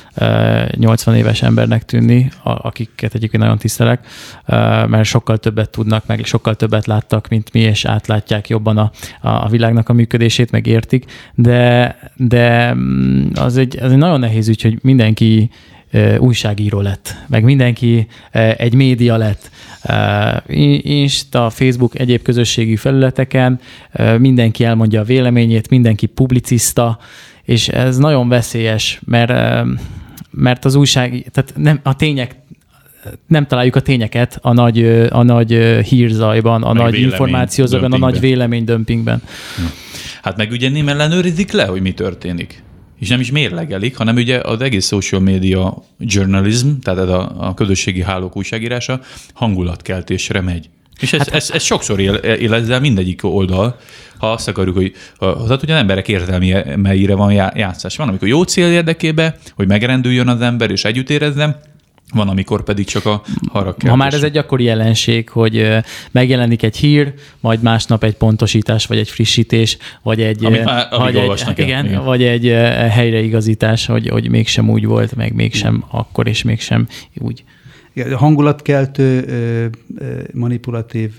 80 éves embernek tűnni, akiket egyébként nagyon tisztelek, mert sokkal többet tudnak, meg sokkal többet láttak, mint mi, és átlátják jobban a világnak a működését, meg értik, de az egy nagyon nehéz ügy, hogy mindenki újságíró lett, meg mindenki egy média lett. Insta, Facebook, egyéb közösségi felületeken mindenki elmondja a véleményét, mindenki publicista, és ez nagyon veszélyes, mert az újság, tehát nem találjuk a tényeket a nagy hírzajban, a nagy információzóban, a nagy véleménydömpingben. Hát meg ugye nem ellenőrizik le, hogy mi történik. És nem is mérlegelik, hanem ugye az egész social media journalism, tehát a közösségi hálók újságírása hangulatkeltésre megy. És ez sokszor él ezzel mindegyik oldal, ha azt akarjuk, hogy tehát ugye az emberek érzelmeire van játszás. Van, amikor jó cél érdekében, hogy megrendüljön az ember és együtt érezzem, van, amikor pedig csak a haragkeltés. Ma már ez egy gyakori jelenség, hogy megjelenik egy hír, majd másnap egy pontosítás, vagy egy frissítés, vagy egy helyreigazítás, hogy mégsem úgy volt, meg mégsem akkor, és mégsem úgy. Hangulatkeltő, manipulatív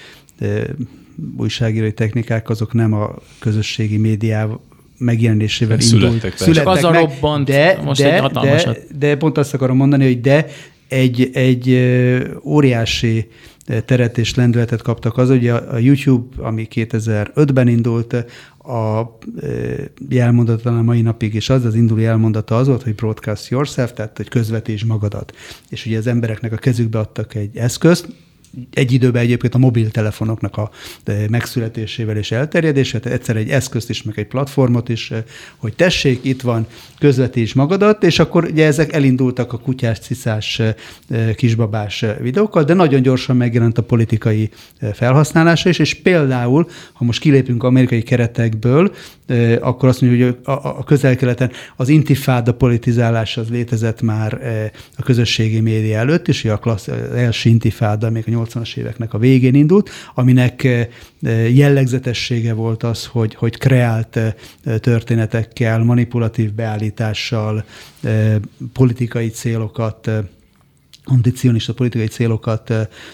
újságírói technikák, azok nem a közösségi médiával megjelenésével születtek az a robbant most egy hatalmasat. De pont azt akarom mondani, hogy egy óriási teret és lendületet kaptak az, hogy a YouTube, ami 2005-ben indult, a jelmondata a mai napig is az induló jelmondata az volt, hogy broadcast yourself, tehát hogy közvetíts magadat. És ugye az embereknek a kezükbe adtak egy eszközt, egy időben egyébként a mobiltelefonoknak a megszületésével és elterjedésével, tehát egyszer egy eszközt is, meg egy platformot is, hogy tessék, itt van, közvetíts magadat, és akkor ugye ezek elindultak a kutyás, ciszás, kisbabás videókkal, de nagyon gyorsan megjelent a politikai felhasználása is, és például, ha most kilépünk amerikai keretekből, akkor azt mondjuk, hogy a közel-keleten az intifáda politizálás az létezett már a közösségi média előtt is, az első intifáda még a 80-as éveknek a végén indult, aminek jellegzetessége volt az, hogy kreált történetekkel, manipulatív beállítással, politikai célokat, kondicionista politikai célokat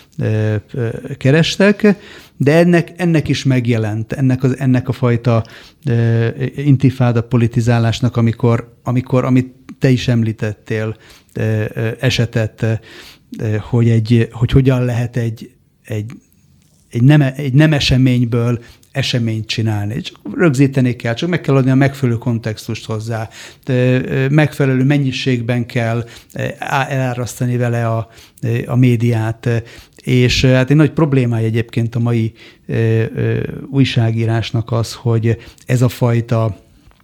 kerestek, de ennek is megjelent, ennek a fajta intifáda politizálásnak, amikor amit te is említettél, esetet, hogy hogyan lehet egy nem eseményből eseményt csinálni. Csak rögzíteni kell, csak meg kell adni a megfelelő kontextust hozzá, megfelelő mennyiségben kell elárasztani vele a médiát, és hát egy nagy problémája egyébként a mai újságírásnak az, hogy ez a fajta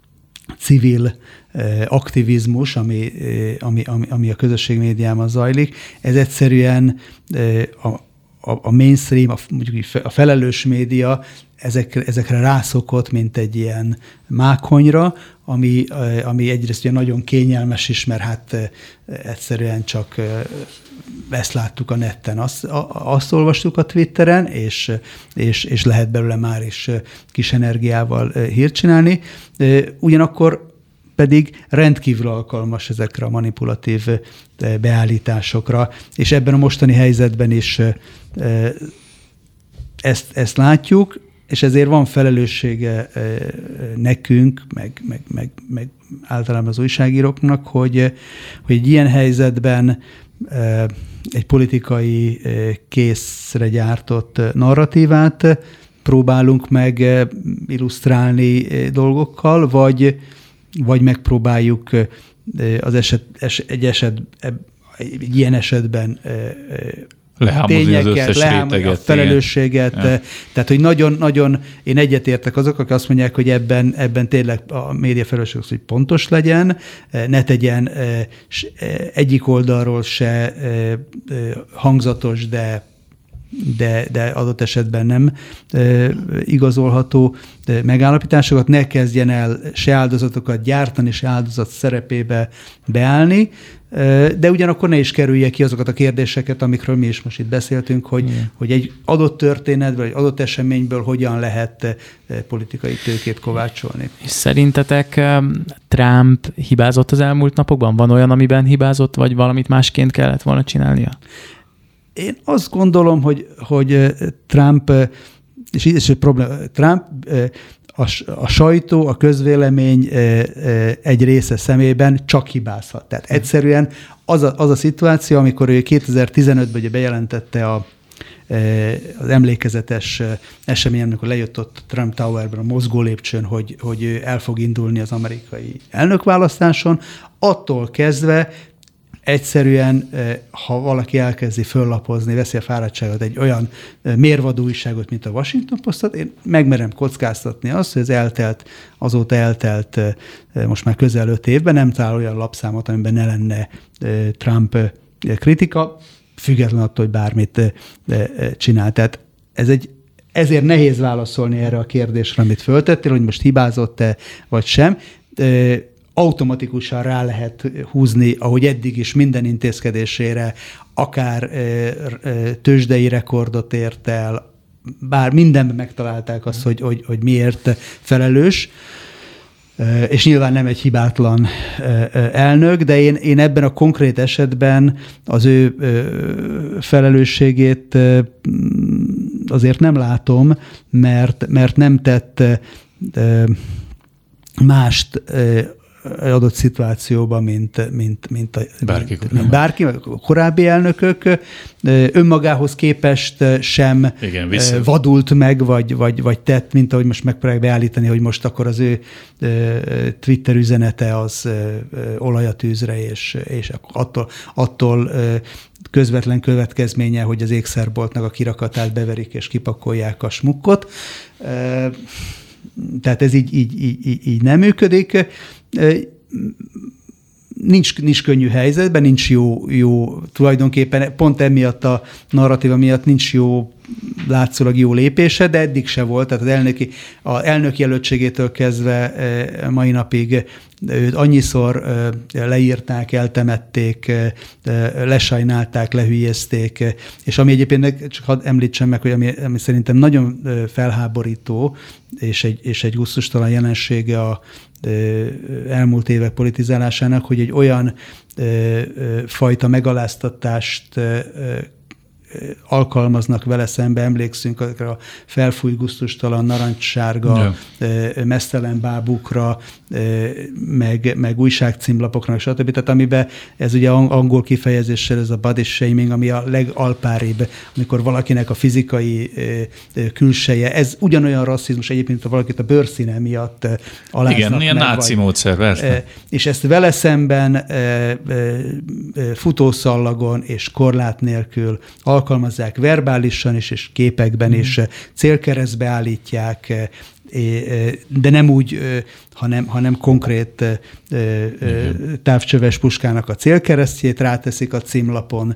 a aktivizmus, ami a közösségmédiában zajlik, ez egyszerűen a mainstream, a felelős média ezekre rászokott, mint egy ilyen mákonyra, ami egyrészt ugye nagyon kényelmes is, mert hát egyszerűen csak ezt láttuk a netten, azt olvastuk a Twitteren, és lehet belőle már is kis energiával hírt csinálni. Ugyanakkor pedig rendkívül alkalmas ezekre a manipulatív beállításokra, és ebben a mostani helyzetben is ezt látjuk, és ezért van felelőssége nekünk, meg általában az újságíróknak, hogy egy ilyen helyzetben egy politikai készre gyártott narratívát próbálunk meg illusztrálni dolgokkal, vagy megpróbáljuk egy ilyen esetben tényeket, a felelősséget. Ja. Tehát, hogy nagyon-nagyon én egyetértek azok, akik azt mondják, hogy ebben tényleg a média felelősség az, hogy pontos legyen, ne tegyen egyik oldalról se hangzatos, de adott esetben nem igazolható megállapításokat, ne kezdjen el se áldozatokat gyártani, se áldozat szerepébe beállni, de ugyanakkor ne is kerülje ki azokat a kérdéseket, amikről mi is most itt beszéltünk, hogy egy adott történetből, egy adott eseményből hogyan lehet politikai tőkét kovácsolni. És szerintetek Trump hibázott az elmúlt napokban? Van olyan, amiben hibázott, vagy valamit másként kellett volna csinálnia? Én azt gondolom, hogy Trump, és egy probléma, Trump, a sajtó, a közvélemény egy része szemében csak hibázhat. Tehát egyszerűen az a szituáció, amikor ő 2015-ben ugye bejelentette az emlékezetes esemény, amikor lejött ott Trump Towerben, a mozgó lépcsőn, hogy ő el fog indulni az amerikai elnökválasztáson, attól kezdve egyszerűen, ha valaki elkezdi föllapozni, veszi a fáradtságot egy olyan mérvadó újságot, mint a Washington Postot, én megmerem kockáztatni azt, hogy azóta eltelt most már közel 5 évben, nem talál olyan lapszámot, amiben ne lenne Trump kritika, független attól, hogy bármit csinál. Tehát ezért nehéz válaszolni erre a kérdésre, amit föltettél, hogy most hibázott-e vagy sem. Automatikusan rá lehet húzni, ahogy eddig is minden intézkedésére, akár tőzsdei rekordot ért el, bár mindenben megtalálták azt, hogy miért felelős, és nyilván nem egy hibátlan elnök, de én ebben a konkrét esetben az ő felelősségét azért nem látom, mert nem tett mást adott szituációban, mint bárki, a korábbi elnökök, önmagához képest sem vadult meg, vagy tett, mint ahogy most megpróbálják beállítani, hogy most akkor az ő Twitter üzenete az olaj a tűzre, és attól közvetlen következménye, hogy az ékszerboltnak a kirakatát beverik és kipakolják a smukkot. Tehát ez így nem működik. Nincs könnyű helyzetben, nincs jó tulajdonképpen, pont emiatt a narratíva miatt nincs jó, látszólag jó lépése, de eddig se volt, tehát az elnök jelöltségétől kezdve mai napig őt annyiszor leírták, eltemették, lesajnálták, lehülyezték, és ami egyébként, csak hadd említsem meg, hogy ami szerintem nagyon felháborító, és egy gusztustalan jelensége a elmúlt évek politizálásának, hogy egy olyan fajta megaláztatást alkalmaznak vele szembe, emlékszünk a felfújt gusztustalan narancssárga meztelen bábukra, meg újságcímlapoknak, stb. Tehát amiben ez ugye angol kifejezéssel ez a body shaming, ami a legalpáribb, amikor valakinek a fizikai külseje, ez ugyanolyan rasszizmus egyébként, ha valakit a bőrszíne miatt aláznak. Igen, ilyen náci módszer, persze. És ezt vele szemben futószallagon és korlát nélkül alkalmazzák verbálisan is, és képekben is, célkeresztbe állítják, de nem úgy, hanem konkrét távcsöves puskának a célkeresztjét ráteszik a címlapon,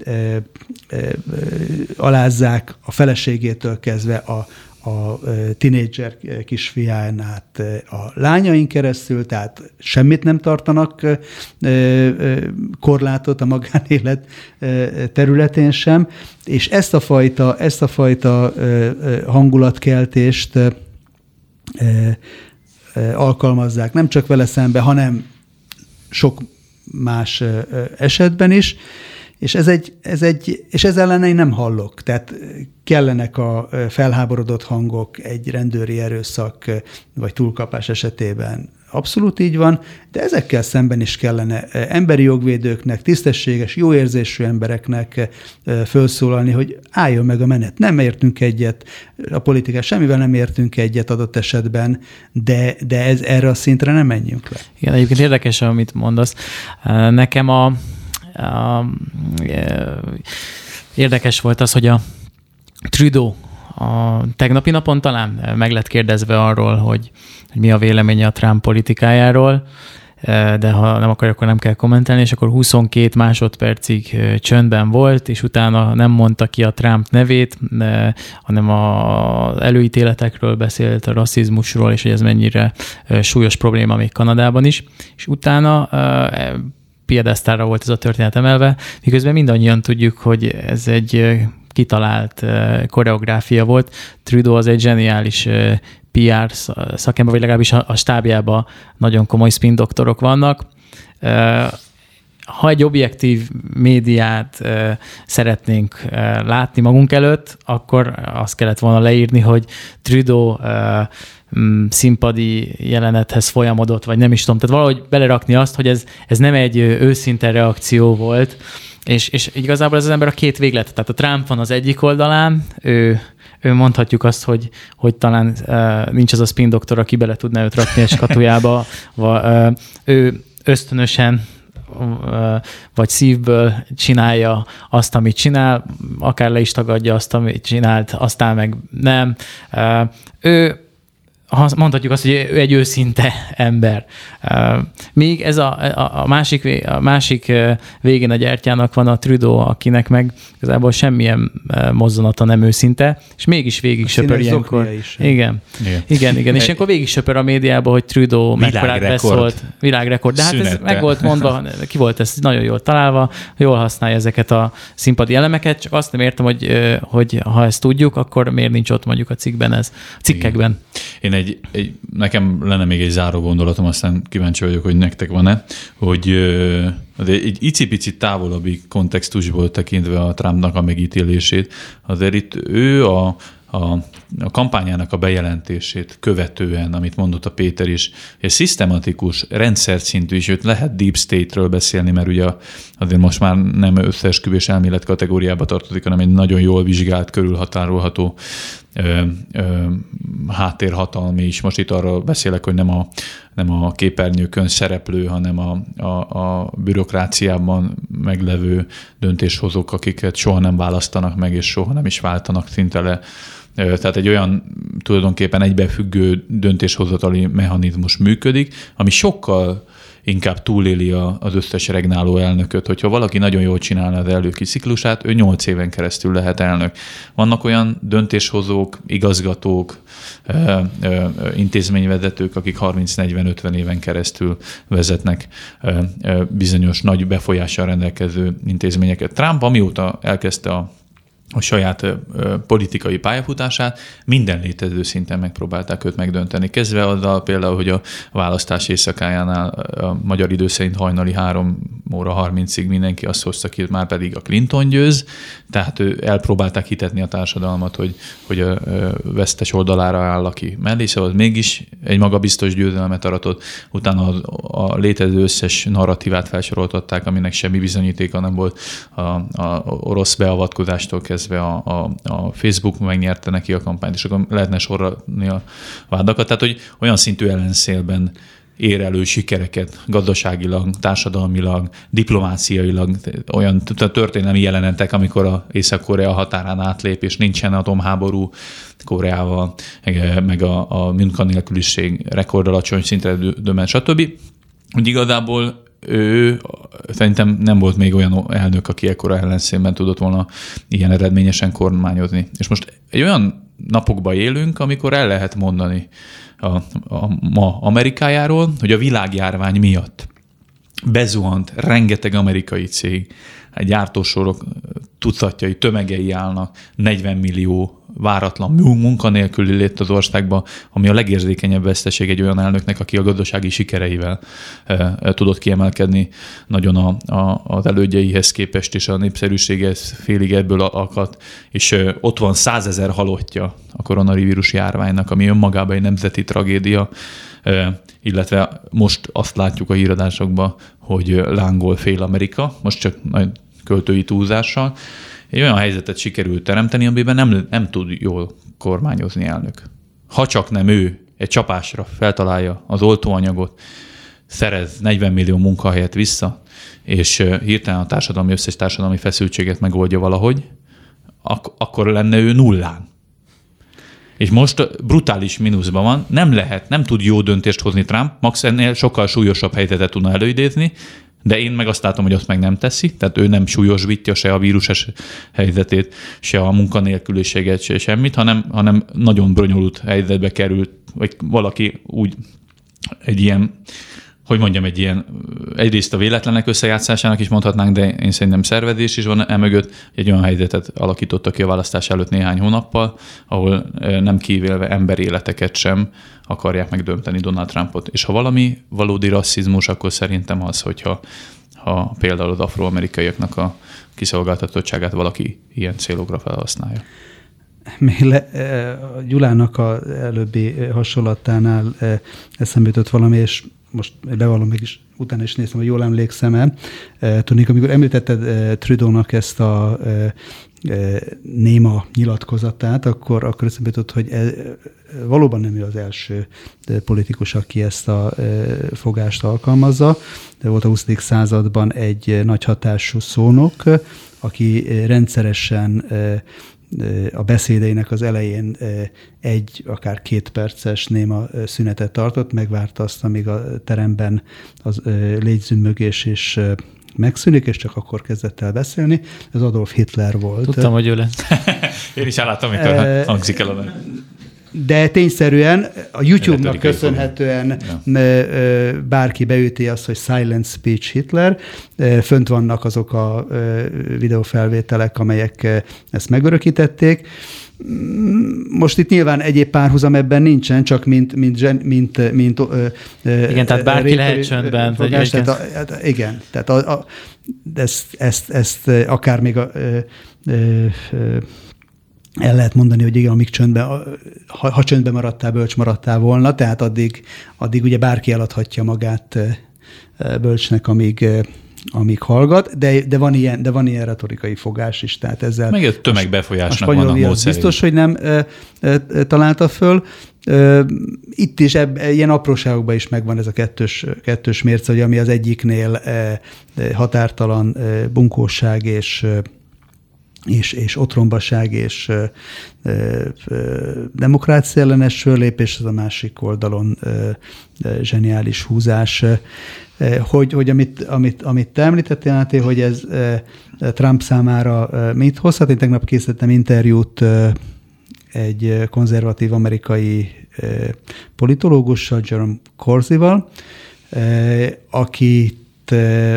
alázzák a feleségétől kezdve a tinédzser kisfián át a lányain keresztül, tehát semmit nem tartanak korlátot a magánélet területén sem, és ezt a fajta hangulatkeltést alkalmazzák nem csak vele szembe, hanem sok más esetben is, és és ez ellen én nem hallok. Tehát kellenek a felháborodott hangok egy rendőri erőszak vagy túlkapás esetében. Abszolút így van, de ezekkel szemben is kellene emberi jogvédőknek, tisztességes, jó érzésű embereknek felszólalni, hogy álljon meg a menet. Nem értünk egyet, a politikán semmivel nem értünk egyet adott esetben, de erre a szintre nem menjünk le. Igen, egyébként érdekes, amit mondasz. Nekem érdekes volt az, hogy a Trudeau a tegnapi napon talán meg lett kérdezve arról, hogy mi a véleménye a Trump politikájáról, de ha nem akarja, akkor nem kell kommentelni, és akkor 22 másodpercig csöndben volt, és utána nem mondta ki a Trump nevét, hanem az előítéletekről beszélt, a rasszizmusról, és hogy ez mennyire súlyos probléma még Kanadában is, és utána piedesztálra volt ez a történet emelve, miközben mindannyian tudjuk, hogy ez egy kitalált koreográfia volt. Trudeau az egy zseniális PR szakember, vagy legalábbis a stábjában nagyon komoly spin doktorok vannak. Ha egy objektív médiát szeretnénk látni magunk előtt, akkor azt kellett volna leírni, hogy Trudeau színpadi jelenethez folyamodott, vagy nem is tudom. Tehát valahogy belerakni azt, hogy ez nem egy őszinte reakció volt, és igazából ez az ember a két véglet. Tehát a Trump van az egyik oldalán, ő mondhatjuk azt, hogy talán nincs az a spin doktor, aki bele tudná őt rakni egy skatujába, ő ösztönösen vagy szívből csinálja azt, amit csinál, akár le is tagadja azt, amit csinált, aztán meg nem. Ő mondhatjuk azt, hogy ő egy őszinte ember. Míg ez a másik végén a gyertyának van a Trudeau, akinek meg igazából semmilyen mozzanata nem őszinte, és mégis végig söpör ilyenkor. Igen. És ilyenkor végig söpör a médiában, hogy Trudeau mekkorát beszólt. Világrekord. De hát ez meg volt mondva, ki volt ez nagyon jól találva, jól használja ezeket a színpadi elemeket, csak azt nem értem, hogy ha ezt tudjuk, akkor miért nincs ott mondjuk a cikkekben. Én nekem lenne még egy záró gondolatom, aztán kíváncsi vagyok, hogy nektek van-e, hogy egy icipici távolabbi kontextusból tekintve a Trumpnak a megítélését, azért itt ő a kampányának a bejelentését követően, amit mondott a Péter is, egy szisztematikus, rendszerszintű, és őt lehet deep state-ről beszélni, mert ugye azért most már nem összeesküvés elmélet kategóriába tartozik, hanem egy nagyon jól vizsgált, körülhatárolható háttérhatalmi is. Most itt arról beszélek, hogy nem a képernyőkön szereplő, hanem a bürokráciában meglevő döntéshozók, akiket soha nem választanak meg, és soha nem is váltanak szinte le. Tehát egy olyan tulajdonképpen egybefüggő döntéshozatali mechanizmus működik, ami sokkal inkább túléli az összes regnáló elnököt. Hogyha valaki nagyon jól csinálna az elnöki ciklusát, ő 8 éven keresztül lehet elnök. Vannak olyan döntéshozók, igazgatók, intézményvezetők, akik 30-40-50 éven keresztül vezetnek bizonyos nagy befolyással rendelkező intézményeket. Trump, amióta elkezdte a saját politikai pályafutását, minden létező szinten megpróbálták őt megdönteni. Kezdve azzal például, hogy a választás éjszakájánál a magyar idő szerint hajnali 3 óra 30-ig mindenki azt hozta ki, már pedig a Clinton győz, tehát elpróbálták hitetni a társadalmat, hogy a vesztes oldalára áll, aki mellé, szóval mégis egy magabiztos győzelmet aratott, utána a létező összes narratívát felsoroltatták, aminek semmi bizonyítéka nem volt a orosz beavatkozástól kezdve a Facebook megnyerte neki a kampányt, és akkor lehetne sorolni a vádakat. Tehát, hogy olyan szintű ellenszélben ér elő sikereket gazdaságilag, társadalmilag, diplomáciailag, olyan történelmi jelenetek, amikor a Észak-Korea határán átlép, és nincsen atomháború Koreával, meg a munkanélküliség rekordalacsony szintre dömen, stb. Úgy igazából ő szerintem nem volt még olyan elnök, aki ekkora ellenszénben tudott volna ilyen eredményesen kormányozni. És most egy olyan napokban élünk, amikor el lehet mondani ma Amerikájáról, hogy a világjárvány miatt bezuhant rengeteg amerikai cég, gyártósorok tucatjai, tömegei állnak, 40 millió váratlan munkanélküli lett az országban, ami a legérzékenyebb veszteség egy olyan elnöknek, aki a gazdasági sikereivel tudott kiemelkedni nagyon az elődjeihez képest, és a népszerűsége félig ebből akadt, és ott van 100 000 halottja a koronavírus járványnak, ami önmagában egy nemzeti tragédia, illetve most azt látjuk a híradásokban, hogy lángol fél Amerika, most csak nagy költői túlzással. Egy olyan helyzetet sikerült teremteni, amiben nem tud jól kormányozni elnök. Ha csak nem ő egy csapásra feltalálja az oltóanyagot, szerez 40 millió munkahelyet vissza, és hirtelen összes társadalmi feszültséget megoldja valahogy, akkor lenne ő nullán. És most brutális mínuszban van, nem tud jó döntést hozni Trump, max ennél sokkal súlyosabb helyzetet tudna előidézni, de én meg azt látom, hogy azt meg nem teszi, tehát ő nem súlyosbítja se a víruses helyzetét, se a munkanélküliséget, se semmit, hanem nagyon bonyolult helyzetbe került, vagy valaki úgy egy ilyen, egyrészt a véletlenek összejátszásának is mondhatnánk, de én szerintem szervezés is van emögött, egy olyan helyzetet alakítottak ki a választás előtt néhány hónappal, ahol nem kívülve emberéleteket sem akarják megdönteni Donald Trumpot. És ha valami valódi rasszizmus, akkor szerintem az, hogyha például az afroamerikaiaknak a kiszolgáltatottságát valaki ilyen célokra felhasználja. Gyulának az előbbi hasonlatánál eszembe jutott valami, és most bevallom meg is, utána is néztem, hogy jól emlékszem-e. Tudnék, amikor említetted Trudeaunak ezt a néma nyilatkozatát, akkor eszembe jutott, hogy valóban nem ő az első politikus, aki ezt a fogást alkalmazza. De volt a 20. században egy nagy hatású szónok, aki rendszeresen a beszédeinek az elején akár 2 perces néma szünetet tartott, megvárta azt, amíg a teremben az légyzümmögés is megszűnik, és csak akkor kezdett el beszélni. Ez Adolf Hitler volt. Tudtam, hogy ő lesz. Én is állítom, amikor hangzik el a de tényszerűen a YouTube-nak köszönhetően bárki beüti azt, hogy Silent Speech Hitler, fönt vannak azok a videófelvételek, amelyek ezt megörökítették. Most itt nyilván egyéb párhuzam ebben nincsen, csak mint igen, tehát bárki lehet csöndben. Igen, tehát ezt akár még el lehet mondani, hogy igen, amíg ha csöndben maradtál, bölcs maradtál volna, tehát addig ugye bárki eladhatja magát bölcsnek, amíg hallgat, de van ilyen retorikai fogás is, tehát ezzel... Meg a tömegbefolyásnak van a módszerei. Biztos, hogy nem találta föl. Itt is ilyen apróságokban is megvan ez a kettős mérce, hogy ami az egyiknél határtalan bunkóság és otrombaság és demokrácia ellenes fölépés, az a másik oldalon zseniális húzás. Hogy amit te említettél, Máté, hogy ez Trump számára mit hozhat? Én tegnap készítettem interjút egy konzervatív amerikai politológussal, Jerome Corsival, akit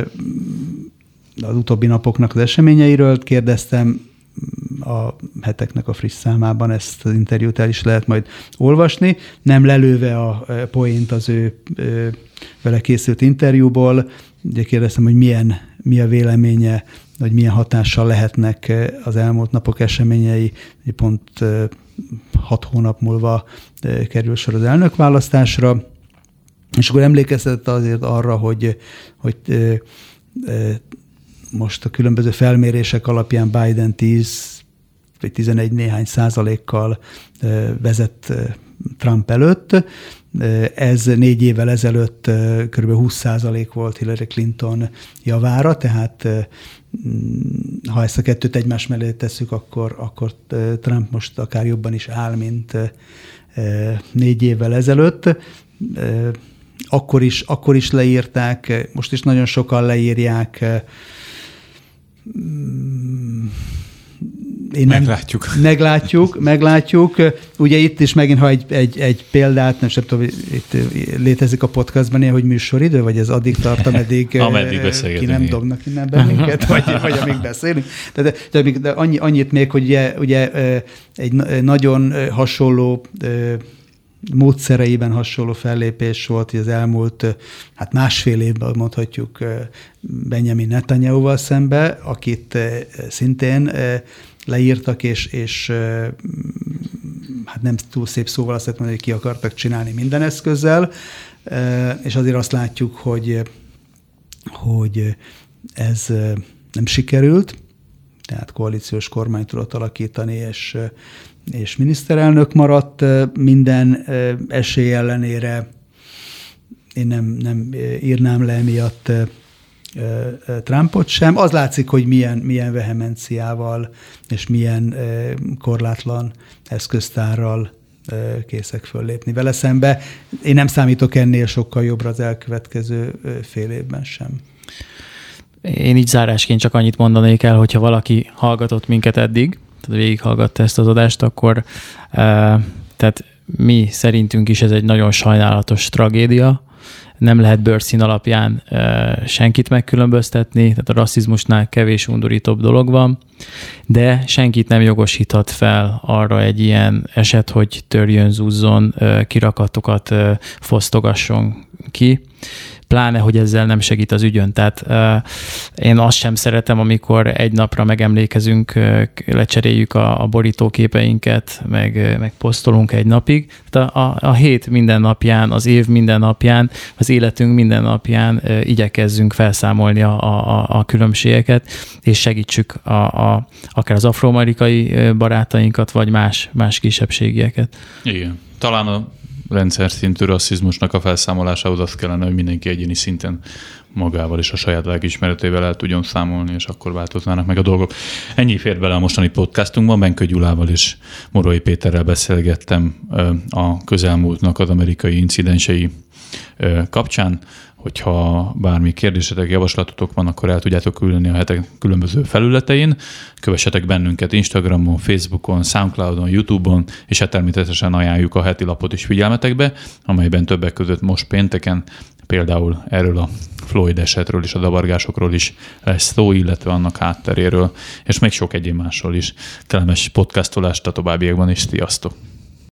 az utóbbi napoknak az eseményeiről kérdeztem, a heteknek a friss számában ezt az interjút el is lehet majd olvasni, nem lelőve a poént az ő vele készült interjúból. Ugye kérdeztem, hogy mi a véleménye, hogy milyen hatással lehetnek az elmúlt napok eseményei. Pont 6 hónap múlva kerül sor az elnökválasztásra, és akkor emlékeztetett azért arra, hogy most a különböző felmérések alapján Biden 10 vagy 11 néhány százalékkal vezet Trump előtt. Ez 4 évvel ezelőtt kb. 20% volt Hillary Clinton javára, tehát ha ezt a kettőt egymás mellé tesszük, akkor Trump most akár jobban is áll, mint 4 évvel ezelőtt. Akkor is leírták, most is nagyon sokan leírják. Meglátjuk. Ugye itt is megint, ha egy példát, nem tudom, itt létezik a podcastban, hogy műsoridő, vagy ez addig tart, ameddig ki nem dobnak innen bennünket, vagy amíg beszélünk. De annyit még, hogy ugye egy nagyon hasonló módszereiben hasonló fellépés volt, hogy az elmúlt másfél évben mondhatjuk Benjamin Netanyahuval szembe, akit szintén leírtak, és nem túl szép szóval azt mondani, hogy ki akartak csinálni minden eszközzel, és azért azt látjuk, hogy ez nem sikerült, tehát koalíciós kormányt tudott alakítani, és miniszterelnök maradt minden esély ellenére. Én nem írnám le emiatt Trumpot sem. Az látszik, hogy milyen vehemenciával és milyen korlátlan eszköztárral készek föllépni vele szembe. Én nem számítok ennél sokkal jobbra az elkövetkező fél évben sem. Én így zárásként csak annyit mondanék el, hogyha valaki hallgatott minket eddig, tehát végighallgatta ezt az adást, akkor tehát mi szerintünk is ez egy nagyon sajnálatos tragédia. Nem lehet bőrszín alapján senkit megkülönböztetni, tehát a rasszizmusnál kevés undorítóbb dolog van, de senkit nem jogosíthat fel arra egy ilyen eset, hogy törjön, zúzzon, kirakatokat fosztogasson ki, pláne, hogy ezzel nem segít az ügyön. Tehát én azt sem szeretem, amikor egy napra megemlékezünk, lecseréljük a borítóképeinket, meg posztolunk egy napig. Tehát a hét minden napján, az év minden napján, az életünk minden napján igyekezzünk felszámolni a különbségeket, és segítsük akár az afroamerikai barátainkat, vagy más kisebbségieket. Igen. Talán a rendszer szintű rasszizmusnak a felszámolásához az kellene, hogy mindenki egyéni szinten magával és a saját lelkiismeretével el tudjon számolni, és akkor változnának meg a dolgok. Ennyi fért bele a mostani podcastunkban. Benkő Gyulával és Morai Péterrel beszélgettem a közelmúltnak az amerikai incidensei kapcsán. Hogyha bármi kérdésetek, javaslatotok van, akkor el tudjátok küldeni a hetek különböző felületein. Kövessetek bennünket Instagramon, Facebookon, Soundcloudon, YouTube-on, és hát természetesen ajánljuk a heti lapot is figyelmetekbe, amelyben többek között most pénteken például erről a Floyd esetről és a zavargásokról is lesz szó, illetve annak hátteréről, és még sok egyéb másról is. Kellemes podcastolást a továbbiakban is. Sziasztok!